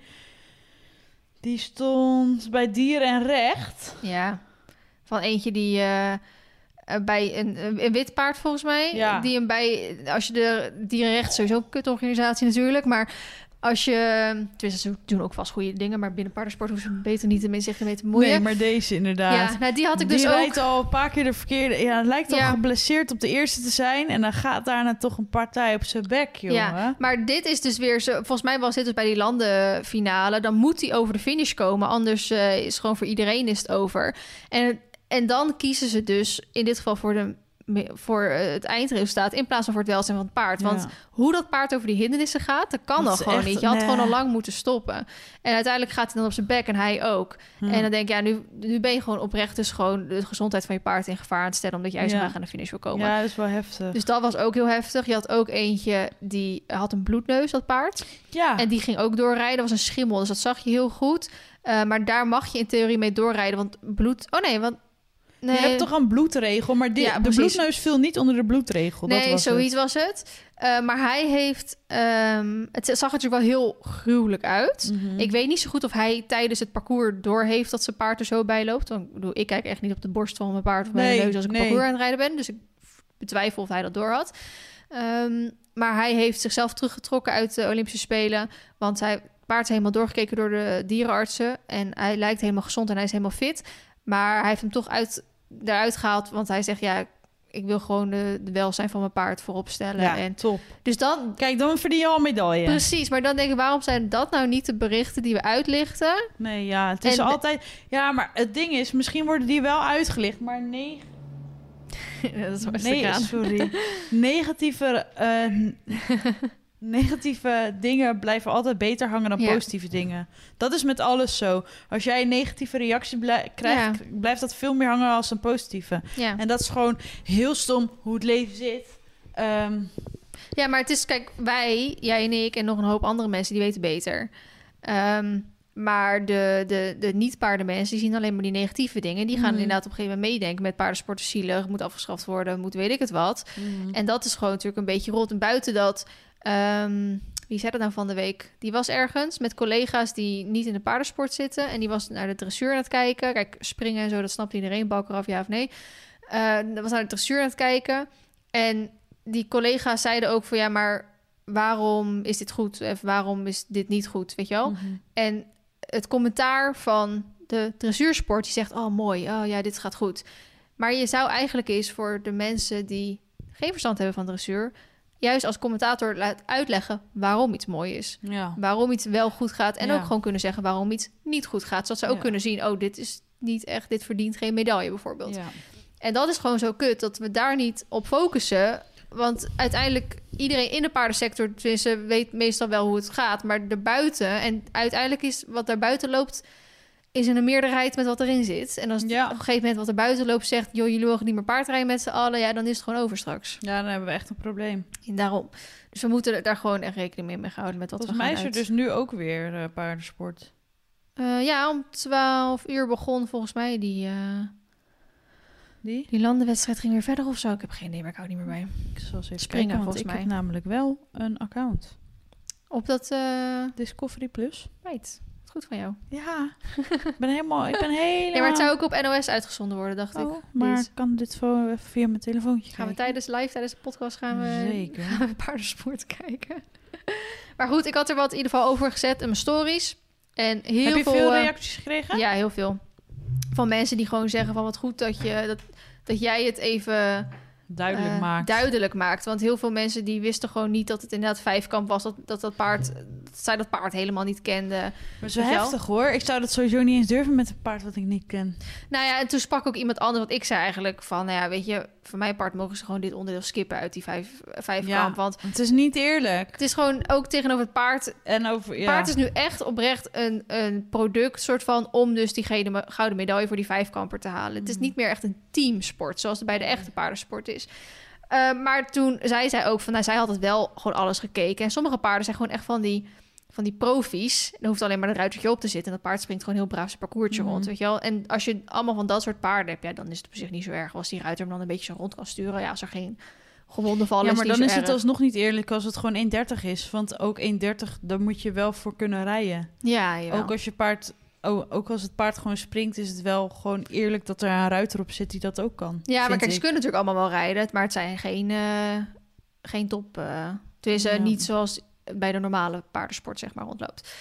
Die stond bij Dier en Recht. Ja, van eentje die uh, bij een, een wit paard volgens mij. Ja. Die hem bij, als je de dierenrecht, sowieso een kutorganisatie natuurlijk, maar als je, tenminste ze doen ook vast goede dingen, maar binnen paardensport hoeven ze beter niet de zich ermee te moeien. Nee, maar deze inderdaad. Ja, nou die had ik die dus rijdt ook. al een paar keer de verkeerde... Ja, het lijkt al Ja. geblesseerd op de eerste te zijn. En dan gaat daarna toch een partij op zijn bek, jongen. Ja, maar dit is dus weer zo. Volgens mij was dit dus bij die landenfinale. Dan moet hij over de finish komen. Anders uh, is gewoon voor iedereen is het over. En, en dan kiezen ze dus in dit geval voor de voor uh, het eindresultaat in plaats van voor het welzijn van het paard. Ja. Want hoe dat paard over die hindernissen gaat, dat kan Dat al is gewoon echt- niet. Je had nee. gewoon al lang moeten stoppen. En uiteindelijk gaat hij dan op zijn bek en hij ook. Hm. En dan denk ik, ja, nu, nu ben je gewoon oprecht dus gewoon de gezondheid van je paard in gevaar aan het stellen, omdat jij zo Ja. graag aan de finish wil komen. Ja, dat is wel heftig. Dus dat was ook heel heftig. Je had ook eentje die had een bloedneus, dat paard. ja. En die ging ook doorrijden. Dat was een schimmel, dus dat zag je heel goed. Uh, maar daar mag je in theorie mee doorrijden, want bloed... Oh nee, want... Nee, Je hebt toch een bloedregel, maar die, Ja, de precies. bloedneus viel niet onder de bloedregel. nee, dat was zoiets het. was het. Uh, maar hij heeft... Um, het zag er natuurlijk wel heel gruwelijk uit. Mhm. Ik weet niet zo goed of hij tijdens het parcours doorheeft dat zijn paard er zo bij loopt. Want ik bedoel, ik kijk echt niet op de borst van mijn paard of mijn Nee, neus als ik nee. een parcours aan het rijden ben. Dus ik betwijfel of hij dat door had. Um, maar hij heeft zichzelf teruggetrokken uit de Olympische Spelen. Want hij paard is helemaal doorgekeken door de dierenartsen. En hij lijkt helemaal gezond en hij is helemaal fit. Maar hij heeft hem toch uit, eruit gehaald. Want hij zegt, ja, ik wil gewoon de, de welzijn van mijn paard voorop stellen. Ja, en top. Dus dan... Kijk, dan verdien je al een medaille. Precies, maar dan denk ik, waarom zijn dat nou niet de berichten die we uitlichten? Nee, ja, het is En- altijd... Ja, maar het ding is, misschien worden die wel uitgelicht, maar nee... dat is hartstikke Nee, aan. sorry. Negatieve... eh, n- negatieve dingen blijven altijd beter hangen dan Ja. positieve dingen. Dat is met alles zo. Als jij een negatieve reactie blij- krijgt, Ja. blijft dat veel meer hangen als een positieve. Ja. En dat is gewoon heel stom hoe het leven zit. Ehm, ja, maar het is, kijk, wij, jij en ik en nog een hoop andere mensen, die weten beter. Ehm, maar de, de, de niet-paardenmensen, die zien alleen maar die negatieve dingen. Die gaan Mhm. inderdaad op een gegeven moment meedenken met paardensport is zielig, moet afgeschaft worden, moet weet ik het wat. En dat is gewoon natuurlijk een beetje rot. En buiten dat, ehm, wie zei dat nou van de week? Die was ergens met collega's die niet in de paardensport zitten. En die was naar de dressuur aan het kijken. Kijk, springen en zo, dat snapt iedereen. Balk eraf, ja of nee. Eh dat was naar de dressuur aan het kijken. En die collega's zeiden ook van ja, maar waarom is dit goed? Of waarom is dit niet goed? Weet je wel? Mhm. En het commentaar van de dressuursport, die zegt, oh mooi, oh ja, dit gaat goed. Maar je zou eigenlijk eens voor de mensen die geen verstand hebben van dressuur, juist als commentator laat uitleggen waarom iets mooi is. Ja. Waarom iets wel goed gaat. En Ja. ook gewoon kunnen zeggen waarom iets niet goed gaat. Zodat ze ook Ja. kunnen zien, oh, dit is niet echt, dit verdient geen medaille bijvoorbeeld. Ja. En dat is gewoon zo kut, dat we daar niet op focussen. Want uiteindelijk, iedereen in de paardensector, tenminste, weet meestal wel hoe het gaat. Maar daarbuiten, en uiteindelijk is wat daarbuiten loopt, is in een meerderheid met wat erin zit. En als het Ja. op een gegeven moment wat er buiten loopt zegt, joh, jullie mogen niet meer paardrijden met z'n allen, ja, dan is het gewoon over straks. Ja, dan hebben we echt een probleem. En daarom. Dus we moeten daar gewoon echt rekening mee, mee houden met wat Volgens we mij gaan is er uit. dus nu ook weer eh, paardensport. Eh, ja, om twaalf uur begon volgens mij die, eh, Die? die landenwedstrijd ging weer verder of zo. Ik heb geen idee, maar ik hou niet meer bij. Ik zal eens even Springen, kijken, want volgens ik mij. heb namelijk wel een account. Op dat, eh Discovery Plus. meid. Goed van jou. Ja, ik ben helemaal... Ik ben helemaal... Ja, maar het zou ook op N O S uitgezonden worden, dacht ik. Oh, maar Dit. ik kan dit voor, even via mijn telefoontje Gaan we kijken. tijdens live, tijdens de podcast, gaan we, Zeker. gaan we paardensport kijken. Maar goed, ik had er wat in ieder geval over gezet in mijn stories. En heel Heb je veel, veel eh, reacties gekregen? ja, heel veel. Van mensen die gewoon zeggen van wat goed dat, je, dat, dat jij het even Duidelijk eh, maakt. duidelijk maakt. Want heel veel mensen die wisten gewoon niet dat het inderdaad vijfkamp was. Dat, dat, dat paard, dat zij dat paard helemaal niet kenden. Maar zo Weet je wel? heftig hoor. Ik zou dat sowieso niet eens durven met een paard wat ik niet ken. Nou ja, en toen sprak ook iemand anders, wat ik zei eigenlijk van, nou ja, weet je, voor mijn part mogen ze gewoon dit onderdeel skippen uit die vijf, vijf Ja. kamp. Want Het is niet eerlijk. het is gewoon ook tegenover het paard. En over... Het Ja. paard is nu echt oprecht een, een product, soort van, om dus die gele- gouden medaille voor die vijfkamper te halen. Het is Mhm. niet meer echt een teamsport, zoals het bij de echte paardensport is. Uh, maar toen zei zij ook van, nou, zij had het wel gewoon alles gekeken. En sommige paarden zijn gewoon echt van die, van die profies. Er hoeft alleen maar een ruitertje op te zitten. En dat paard springt gewoon heel braaf zijn parcoursje Mhm. rond, weet je wel. En als je allemaal van dat soort paarden hebt, ja, dan is het op zich niet zo erg. Als die ruiter hem dan een beetje zo rond kan sturen. Ja, als er geen gewonden vallen, Ja, is maar het dan niet is zo het erg. alsnog niet eerlijk als het gewoon één dertig is. Want ook één dertig, daar moet je wel voor kunnen rijden. Ja, jawel. Ook als je paard... Oh, ook als het paard gewoon springt, is het wel gewoon eerlijk dat er een ruiter op zit die dat ook kan. Ja, maar vind kijk, ze ik. kunnen natuurlijk allemaal wel rijden. Maar het zijn geen, uh, geen top... Uh, tenminste, Ja. niet zoals bij de normale paardensport, zeg maar, rondloopt.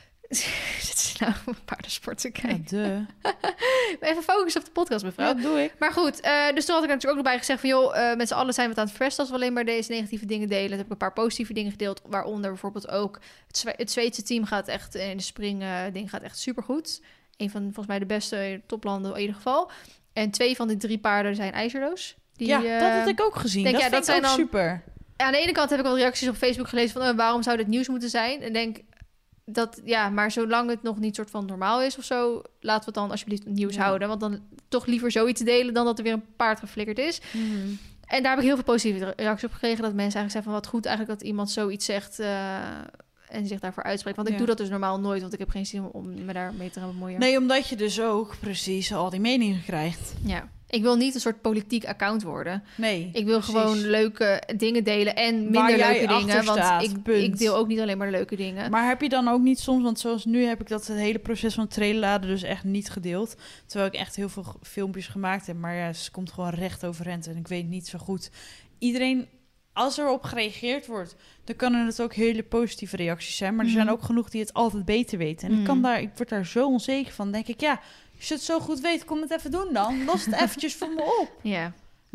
Zit ze nou op paardensport te kijken? Ja, de. Even focussen op de podcast, mevrouw. Ja, dat doe ik. Maar goed, uh, dus toen had ik er natuurlijk ook nog bij gezegd van, joh, uh, met z'n allen zijn we het aan het verpesten als we alleen maar deze negatieve dingen delen. Dan heb ik een paar positieve dingen gedeeld, waaronder bijvoorbeeld ook het, Zwe- het Zweedse team gaat echt, in de spring uh, ding gaat echt supergoed. Een van volgens mij de beste toplanden in ieder geval. En twee van die drie paarden zijn ijzerloos. Die, ja, uh, dat had ik ook gezien. denk, dat ja, vind dat ik ook zijn dan- super. Aan de ene kant heb ik wat reacties op Facebook gelezen van, oh, waarom zou dit nieuws moeten zijn? En denk dat, ja, maar zolang het nog niet soort van normaal is of zo, laten we het dan alsjeblieft nieuws Ja. houden. Want dan toch liever zoiets delen dan dat er weer een paard geflikkerd is. Mm. En daar heb ik heel veel positieve reacties op gekregen. Dat mensen eigenlijk zeggen van, wat goed eigenlijk dat iemand zoiets zegt uh, en zich daarvoor uitspreekt. Want ik Ja. doe dat dus normaal nooit, want ik heb geen zin om me daarmee te gaan bemoeien. Nee, omdat je dus ook precies al die meningen krijgt. Ja. Ik wil niet een soort politiek account worden. Nee, Ik wil precies. gewoon leuke dingen delen en Waar minder jij leuke dingen. achter Want staat, ik, punt. ik deel ook niet alleen maar de leuke dingen. Maar heb je dan ook niet soms, want zoals nu heb ik dat het hele proces van het trailerladen dus echt niet gedeeld. Terwijl ik echt heel veel g- filmpjes gemaakt heb. Maar ja, ze komt gewoon recht overeind en ik weet niet zo goed. Iedereen, als er op gereageerd wordt, dan kunnen het ook hele positieve reacties zijn. Maar er zijn Mhm. ook genoeg die het altijd beter weten. En ik, Mhm. kan daar, ik word daar zo onzeker van. Dan denk ik, ja, als je het zo goed weet, kom het even doen dan. Los het eventjes voor me op. Ja.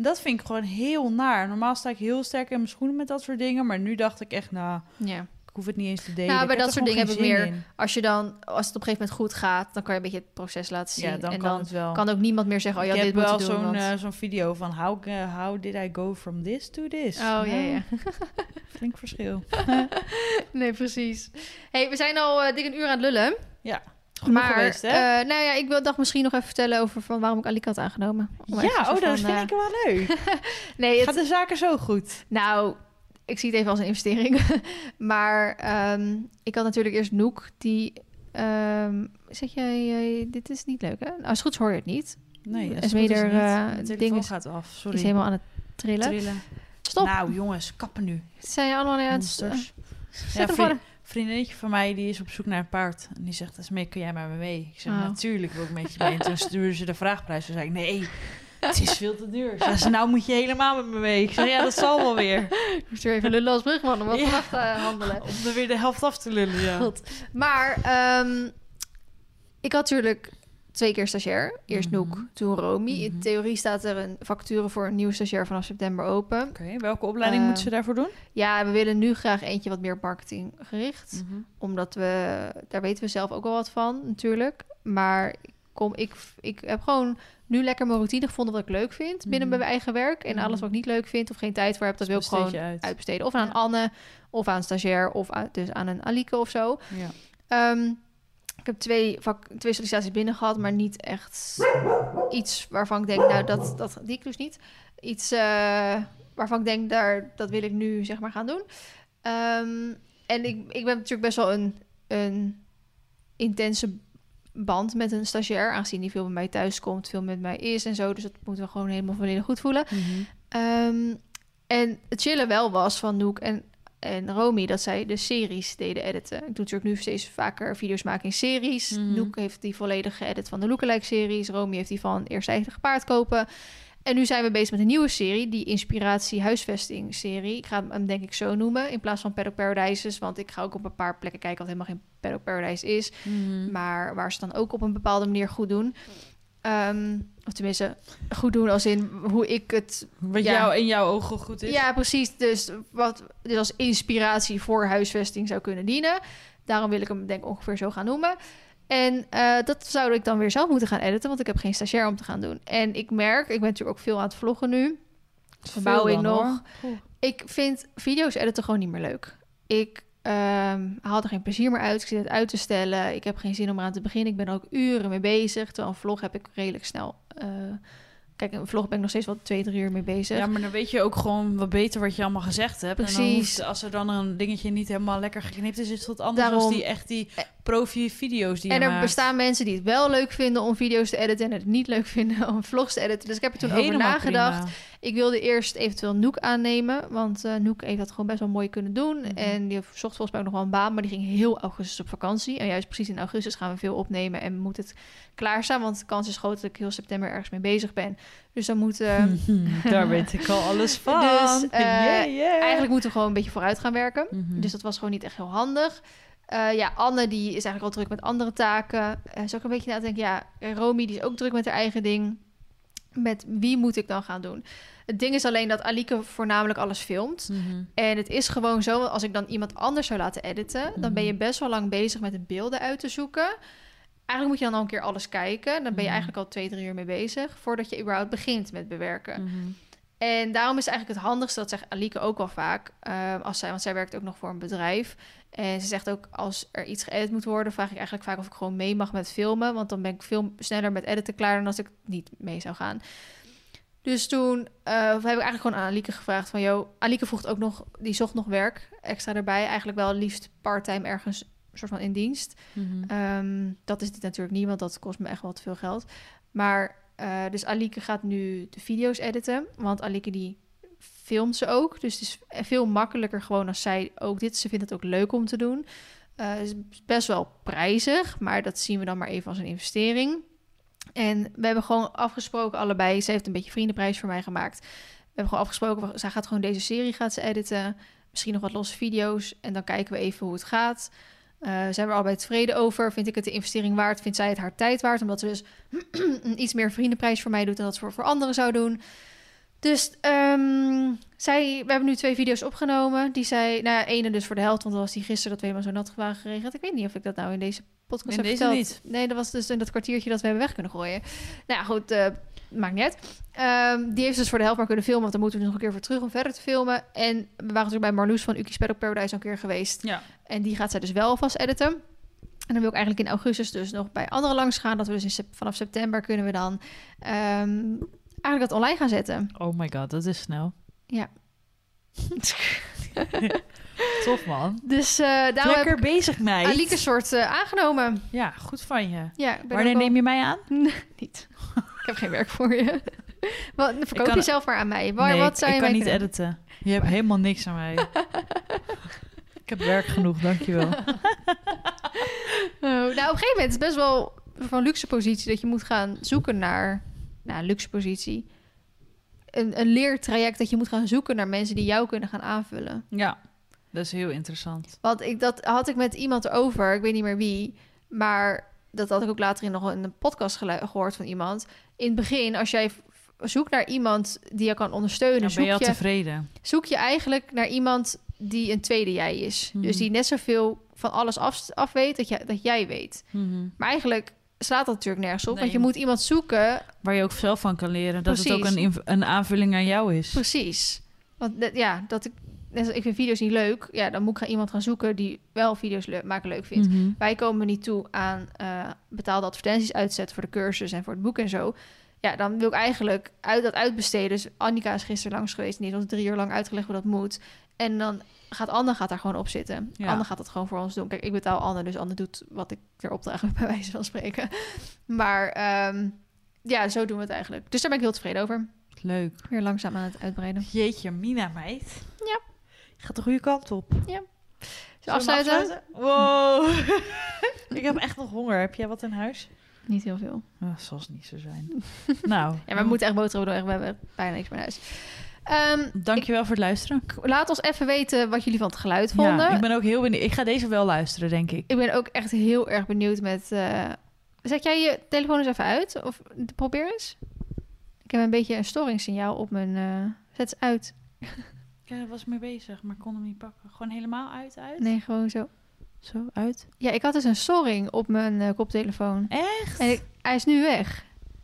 Dat vind ik gewoon heel naar. Normaal sta ik heel sterk in mijn schoenen met dat soort dingen. Maar nu dacht ik echt, nou, Ja. ik hoef het niet eens te delen. Nou, bij Ik dat heb soort er dingen gewoon heb ik geen meer... zin in. Als je dan, als het op een gegeven moment goed gaat, dan kan je een beetje het proces laten zien. Ja, dan en kan dan het wel. kan ook niemand meer zeggen, oh ja, ik dit heb wel moet je doen. zo'n want... eh, zo'n video van how, uh, how did I go from this to this? Oh, ja, ja. Flink verschil. Nee, precies. Hey, we zijn al uh, dik een uur aan het lullen. Ja, genoeg maar, geweest, hè? Uh, nou ja, ik wil dacht misschien nog even vertellen over van waarom ik Alika had aangenomen. Om Ja, oh, van, dat vind uh... ik wel leuk. nee, het... Gaat de zaken zo goed? Nou, ik zie het even als een investering. maar um, ik had natuurlijk eerst Noek, die... Um, zeg jij, uh, dit is niet leuk, hè? Nou, als goed is hoor je het niet. Nee, dat is is er, niet. uh, Mijn telefoon ding is, gaat af, sorry. is helemaal aan het trillen. Trillen. Stop. Nou, jongens, kappen nu. Het zijn je allemaal aan het... Uh, ja, vriend, vriendinnetje van mij, die is op zoek naar een paard. En die zegt, Esmee, kun jij maar mee mee? Ik zeg, oh. natuurlijk wil ik met je mee. En toen stuurde ze de vraagprijs. Toen zei ik, nee, het is veel te duur. Ze zei, nou moet je helemaal met me mee. Ik zeg, ja, dat zal wel weer. Ik moest weer even lullen als brugman om wat ja. vanaf te handelen. Om er weer de helft af te lullen, ja. Goed. Maar um, ik had natuurlijk twee keer stagiair. Eerst mm-hmm. Noek, toen Romy. Mm-hmm. In theorie staat er een vacature voor een nieuwe stagiair vanaf september open. Oké, okay, welke opleiding uh, moeten ze daarvoor doen? Ja, we willen nu graag eentje wat meer marketinggericht. Mm-hmm. Omdat we, daar weten we zelf ook wel wat van, natuurlijk. Maar kom, ik, ik heb gewoon nu lekker mijn routine gevonden wat ik leuk vind binnen mm-hmm. mijn eigen werk. En mm-hmm. alles wat ik niet leuk vind of geen tijd voor heb, dat wil ik gewoon uit. uitbesteden. Of aan ja. Anne, of aan een stagiair, of aan, dus aan een Alike of zo. Ja. Um, ik heb twee, vak, twee sollicitaties binnen gehad, maar niet echt iets waarvan ik denk, nou, dat, dat die ik dus niet. Iets uh, waarvan ik denk, daar, dat wil ik nu zeg maar gaan doen. Um, en ik, ik ben natuurlijk best wel een, een intense band met een stagiair, aangezien die veel bij mij thuis komt, veel met mij is en zo. Dus dat moeten we gewoon helemaal volledig goed voelen. Mm-hmm. Um, en het chillen wel was van Noek en En Romy, dat zij de series deden editen. Ik doe natuurlijk nu steeds vaker video's maken in series. Mm-hmm. Noek heeft die volledig geëdit van de Lookalike-series. Romy heeft die van Eerst Eigen Paard kopen. En nu zijn we bezig met een nieuwe serie, die Inspiratie Huisvesting-serie. Ik ga hem denk ik zo noemen, in plaats van Paddock Paradises. Want ik ga ook op een paar plekken kijken wat helemaal geen Paddock Paradise is. Mm-hmm. Maar waar ze dan ook op een bepaalde manier goed doen. Um, of tenminste, goed doen als in hoe ik het... Wat ja, jou in jouw ogen goed is. Ja, precies. Dus wat dus als inspiratie voor huisvesting zou kunnen dienen. Daarom wil ik hem denk ik ongeveer zo gaan noemen. En uh, dat zou ik dan weer zelf moeten gaan editen, want ik heb geen stagiair om te gaan doen. En ik merk, ik ben natuurlijk ook veel aan het vloggen nu. Verbouwing nog. Ik vind video's editen gewoon niet meer leuk. Ik... Um, haal er geen plezier meer uit. Ik zit het uit te stellen. Ik heb geen zin om eraan te beginnen. Ik ben er ook uren mee bezig. Terwijl een vlog heb ik redelijk snel... Uh, kijk, een vlog ben ik nog steeds wel twee, drie uur mee bezig. Ja, maar dan weet je ook gewoon wat beter wat je allemaal gezegd hebt. Precies. En dan hoeft, als er dan een dingetje niet helemaal lekker geknipt is, is het wat anders dan die echt die profi-video's die en je er maakt. Bestaan mensen die het wel leuk vinden om video's te editen en het niet leuk vinden om vlogs te editen. Dus ik heb er toen helemaal over nagedacht. Prima. Ik wilde eerst eventueel Noek aannemen, want uh, Noek heeft dat gewoon best wel mooi kunnen doen. Mm-hmm. En die zocht volgens mij ook nog wel een baan, maar die ging heel augustus op vakantie. En juist precies in augustus gaan we veel opnemen en moet het klaarstaan, want de kans is groot dat ik heel september ergens mee bezig ben. Dus dan moet... Uh... Daar weet ik al alles van. Dus uh, yeah, yeah. eigenlijk moeten we gewoon een beetje vooruit gaan werken. Mm-hmm. Dus dat was gewoon niet echt heel handig. Uh, ja, Anne die is eigenlijk al druk met andere taken. Uh, zo ook een beetje na te denken, ja, Romy die is ook druk met haar eigen ding. Met wie moet ik dan gaan doen? Het ding is alleen dat Alike voornamelijk alles filmt. Mm-hmm. En het is gewoon zo, als ik dan iemand anders zou laten editen... Mm-hmm. dan ben je best wel lang bezig met de beelden uit te zoeken. Eigenlijk moet je dan al een keer alles kijken. Dan ben je mm-hmm. eigenlijk al twee, drie uur mee bezig... voordat je überhaupt begint met bewerken. Mm-hmm. En daarom is het eigenlijk het handigste, dat zegt Alike ook wel vaak... Uh, als zij, want zij werkt ook nog voor een bedrijf... En ze zegt ook, als er iets geëdit moet worden... vraag ik eigenlijk vaak of ik gewoon mee mag met filmen. Want dan ben ik veel sneller met editen klaar... dan als ik niet mee zou gaan. Dus toen uh, heb ik eigenlijk gewoon aan Alike gevraagd van... joh, Alike vroeg ook nog, die zocht nog werk extra erbij. Eigenlijk wel liefst part-time ergens soort van in dienst. Mm-hmm. Um, dat is dit natuurlijk niet, want dat kost me echt wel te veel geld. Maar uh, dus Alike gaat nu de video's editen. Want Alike die... filmt ze ook. Dus het is veel makkelijker gewoon als zij ook dit... Ze vindt het ook leuk om te doen. Uh, het is best wel prijzig, maar dat zien we dan maar even als een investering. En we hebben gewoon afgesproken allebei... Ze heeft een beetje vriendenprijs voor mij gemaakt. We hebben gewoon afgesproken... Zij gaat gewoon deze serie gaat ze editen. Misschien nog wat losse video's. En dan kijken we even hoe het gaat. Uh, zijn we er allebei tevreden over? Vind ik het de investering waard? Vindt zij het haar tijd waard? Omdat ze dus een iets meer vriendenprijs voor mij doet... dan dat ze voor, voor anderen zou doen... Dus um, zij, we hebben nu twee video's opgenomen. Die zij, nou ja, ene dus voor de helft, want dan was die gisteren dat we helemaal zo nat waren geregeld. Ik weet niet of ik dat nou in deze podcast In heb deze verteld. niet. Nee, dat was dus in dat kwartiertje dat we hebben weg kunnen gooien. Nou ja, goed, uh, maakt niet uit. Um, die heeft dus voor de helft maar kunnen filmen, want dan moeten we nog een keer voor terug om verder te filmen. En we waren natuurlijk bij Marloes van Uki's Paddock Paradise een keer geweest. Ja. En die gaat zij dus wel alvast editen. En dan wil ik eigenlijk in augustus dus nog bij anderen langs gaan. Dat we dus in sep- vanaf september kunnen we dan um, eigenlijk dat online gaan zetten. Oh my god, dat is snel. Ja. Tof, man. Dus uh, daarom Lekker heb ik bezig, meid. Alieke soort uh, aangenomen. Ja, goed van je. Ja, ik ben Wanneer ook al... neem je mij aan? Nee, niet. Ik heb geen werk voor je. Wat, verkoop kan... je zelf maar aan mij. Waar, nee, wat zou ik je kan mee niet kunnen? editen. Je hebt helemaal niks aan mij. Ik heb werk genoeg, dankjewel. Oh, nou, op een gegeven moment is het best wel van luxe positie dat je moet gaan zoeken naar... Nou, luxe positie. Een, een leertraject dat je moet gaan zoeken naar mensen die jou kunnen gaan aanvullen. Ja, dat is heel interessant. Want ik, dat had ik met iemand over, ik weet niet meer wie, maar dat had ik ook later in nog een podcast gelu- gehoord van iemand. In het begin, als jij v- zoekt naar iemand die je kan ondersteunen, Dan ben je al zoek, je, tevreden. zoek je eigenlijk naar iemand die een tweede jij is. Hmm. Dus die net zoveel van alles af, af weet dat, je, dat jij weet. Mm-hmm. Maar eigenlijk slaat dat natuurlijk nergens op, Nee. want je moet iemand zoeken. Waar je ook zelf van kan leren. Dat Precies. het ook een, inv- een aanvulling aan jou is. Precies. Want dat- ja, dat ik, net als ik vind video's niet leuk. Ja, dan moet ik gaan iemand gaan zoeken die wel video's le- maken leuk vindt. Mm-hmm. Wij komen niet toe aan uh, betaalde advertenties uitzetten voor de cursus en voor het boek en zo. Ja, dan wil ik eigenlijk uit dat uitbesteden. Dus Annika is gisteren langs geweest. Die heeft ons drie uur lang uitgelegd hoe dat moet. En dan gaat Anne gaat daar gewoon op zitten. Ja. Anne gaat dat gewoon voor ons doen. Kijk, ik betaal Anne, dus Anne doet wat ik er opdraag heb, bij wijze van spreken. Maar um, ja, zo doen we het eigenlijk. Dus daar ben ik heel tevreden over. Leuk. Weer langzaam aan het uitbreiden. Jeetje, Mina, meid. Ja. Je gaat de goede kant op. Ja. Zullen we Afsluiten? afsluiten? Wow. Ik heb echt nog honger. Heb jij wat in huis? Niet heel veel. Oh, dat zal niet zo zijn. Nou. Ja, maar we moeten echt boterhammen doen. We hebben bijna niks meer in huis. Um, Dankjewel voor het luisteren. ik, laat ons even weten wat jullie van het geluid vonden. Ja, ik ben ook heel benieuwd. Ik ga deze wel luisteren, denk ik. Ik ben ook echt heel erg benieuwd met... Uh... Zet jij je telefoon eens even uit? Of probeer eens. Ik heb een beetje een storingssignaal op mijn... Uh... Zet ze uit. Ja, daar was ik mee bezig, maar ik kon hem niet pakken. Gewoon helemaal uit, uit? Nee, gewoon zo. Zo, uit? Ja, ik had dus een storing op mijn uh, koptelefoon. Echt? En ik, hij is nu weg.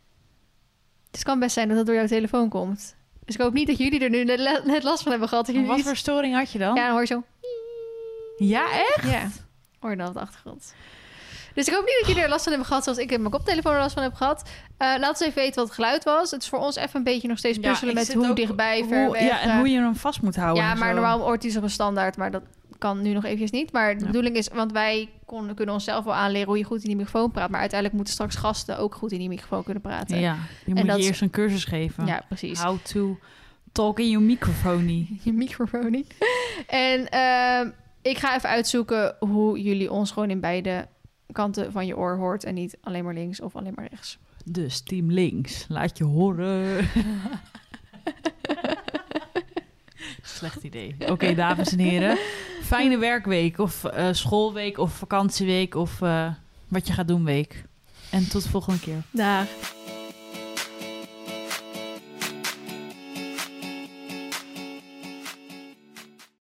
Dus het kan best zijn dat het door jouw telefoon komt. Dus ik hoop niet dat jullie er nu net, net last van hebben gehad. Dat jullie Wat niet... voor storing had je dan? Ja, dan hoor je zo... Ja, echt? Ja, hoor je dan op de achtergrond. Dus ik hoop niet dat jullie er last van hebben gehad... zoals ik in mijn koptelefoon er last van heb gehad. Uh, laat ons even weten wat het geluid was. Het is voor ons even een beetje nog steeds puzzelen... Ja, met hoe dichtbij, hoe, ver weg. Ja, en hoe je hem vast moet houden. Ja, en maar zo. normaal hoort hij op een standaard... maar dat kan nu nog eventjes niet. Maar de Ja. bedoeling is... want wij kon, kunnen onszelf wel aanleren... hoe je goed in die microfoon praat... maar uiteindelijk moeten straks gasten... ook goed in die microfoon kunnen praten. Ja, je moet dat je is- eerst een cursus geven. Ja, precies. How to talk in your microphone. Je microfoon niet. En uh, ik ga even uitzoeken hoe jullie ons gewoon in beide kanten van je oor hoort. En niet alleen maar links of alleen maar rechts. Dus team links, laat je horen. Slecht idee. Oké, okay, dames en heren. Fijne werkweek of uh, schoolweek of vakantieweek of uh, wat je gaat doen week. En tot de volgende keer. Dag.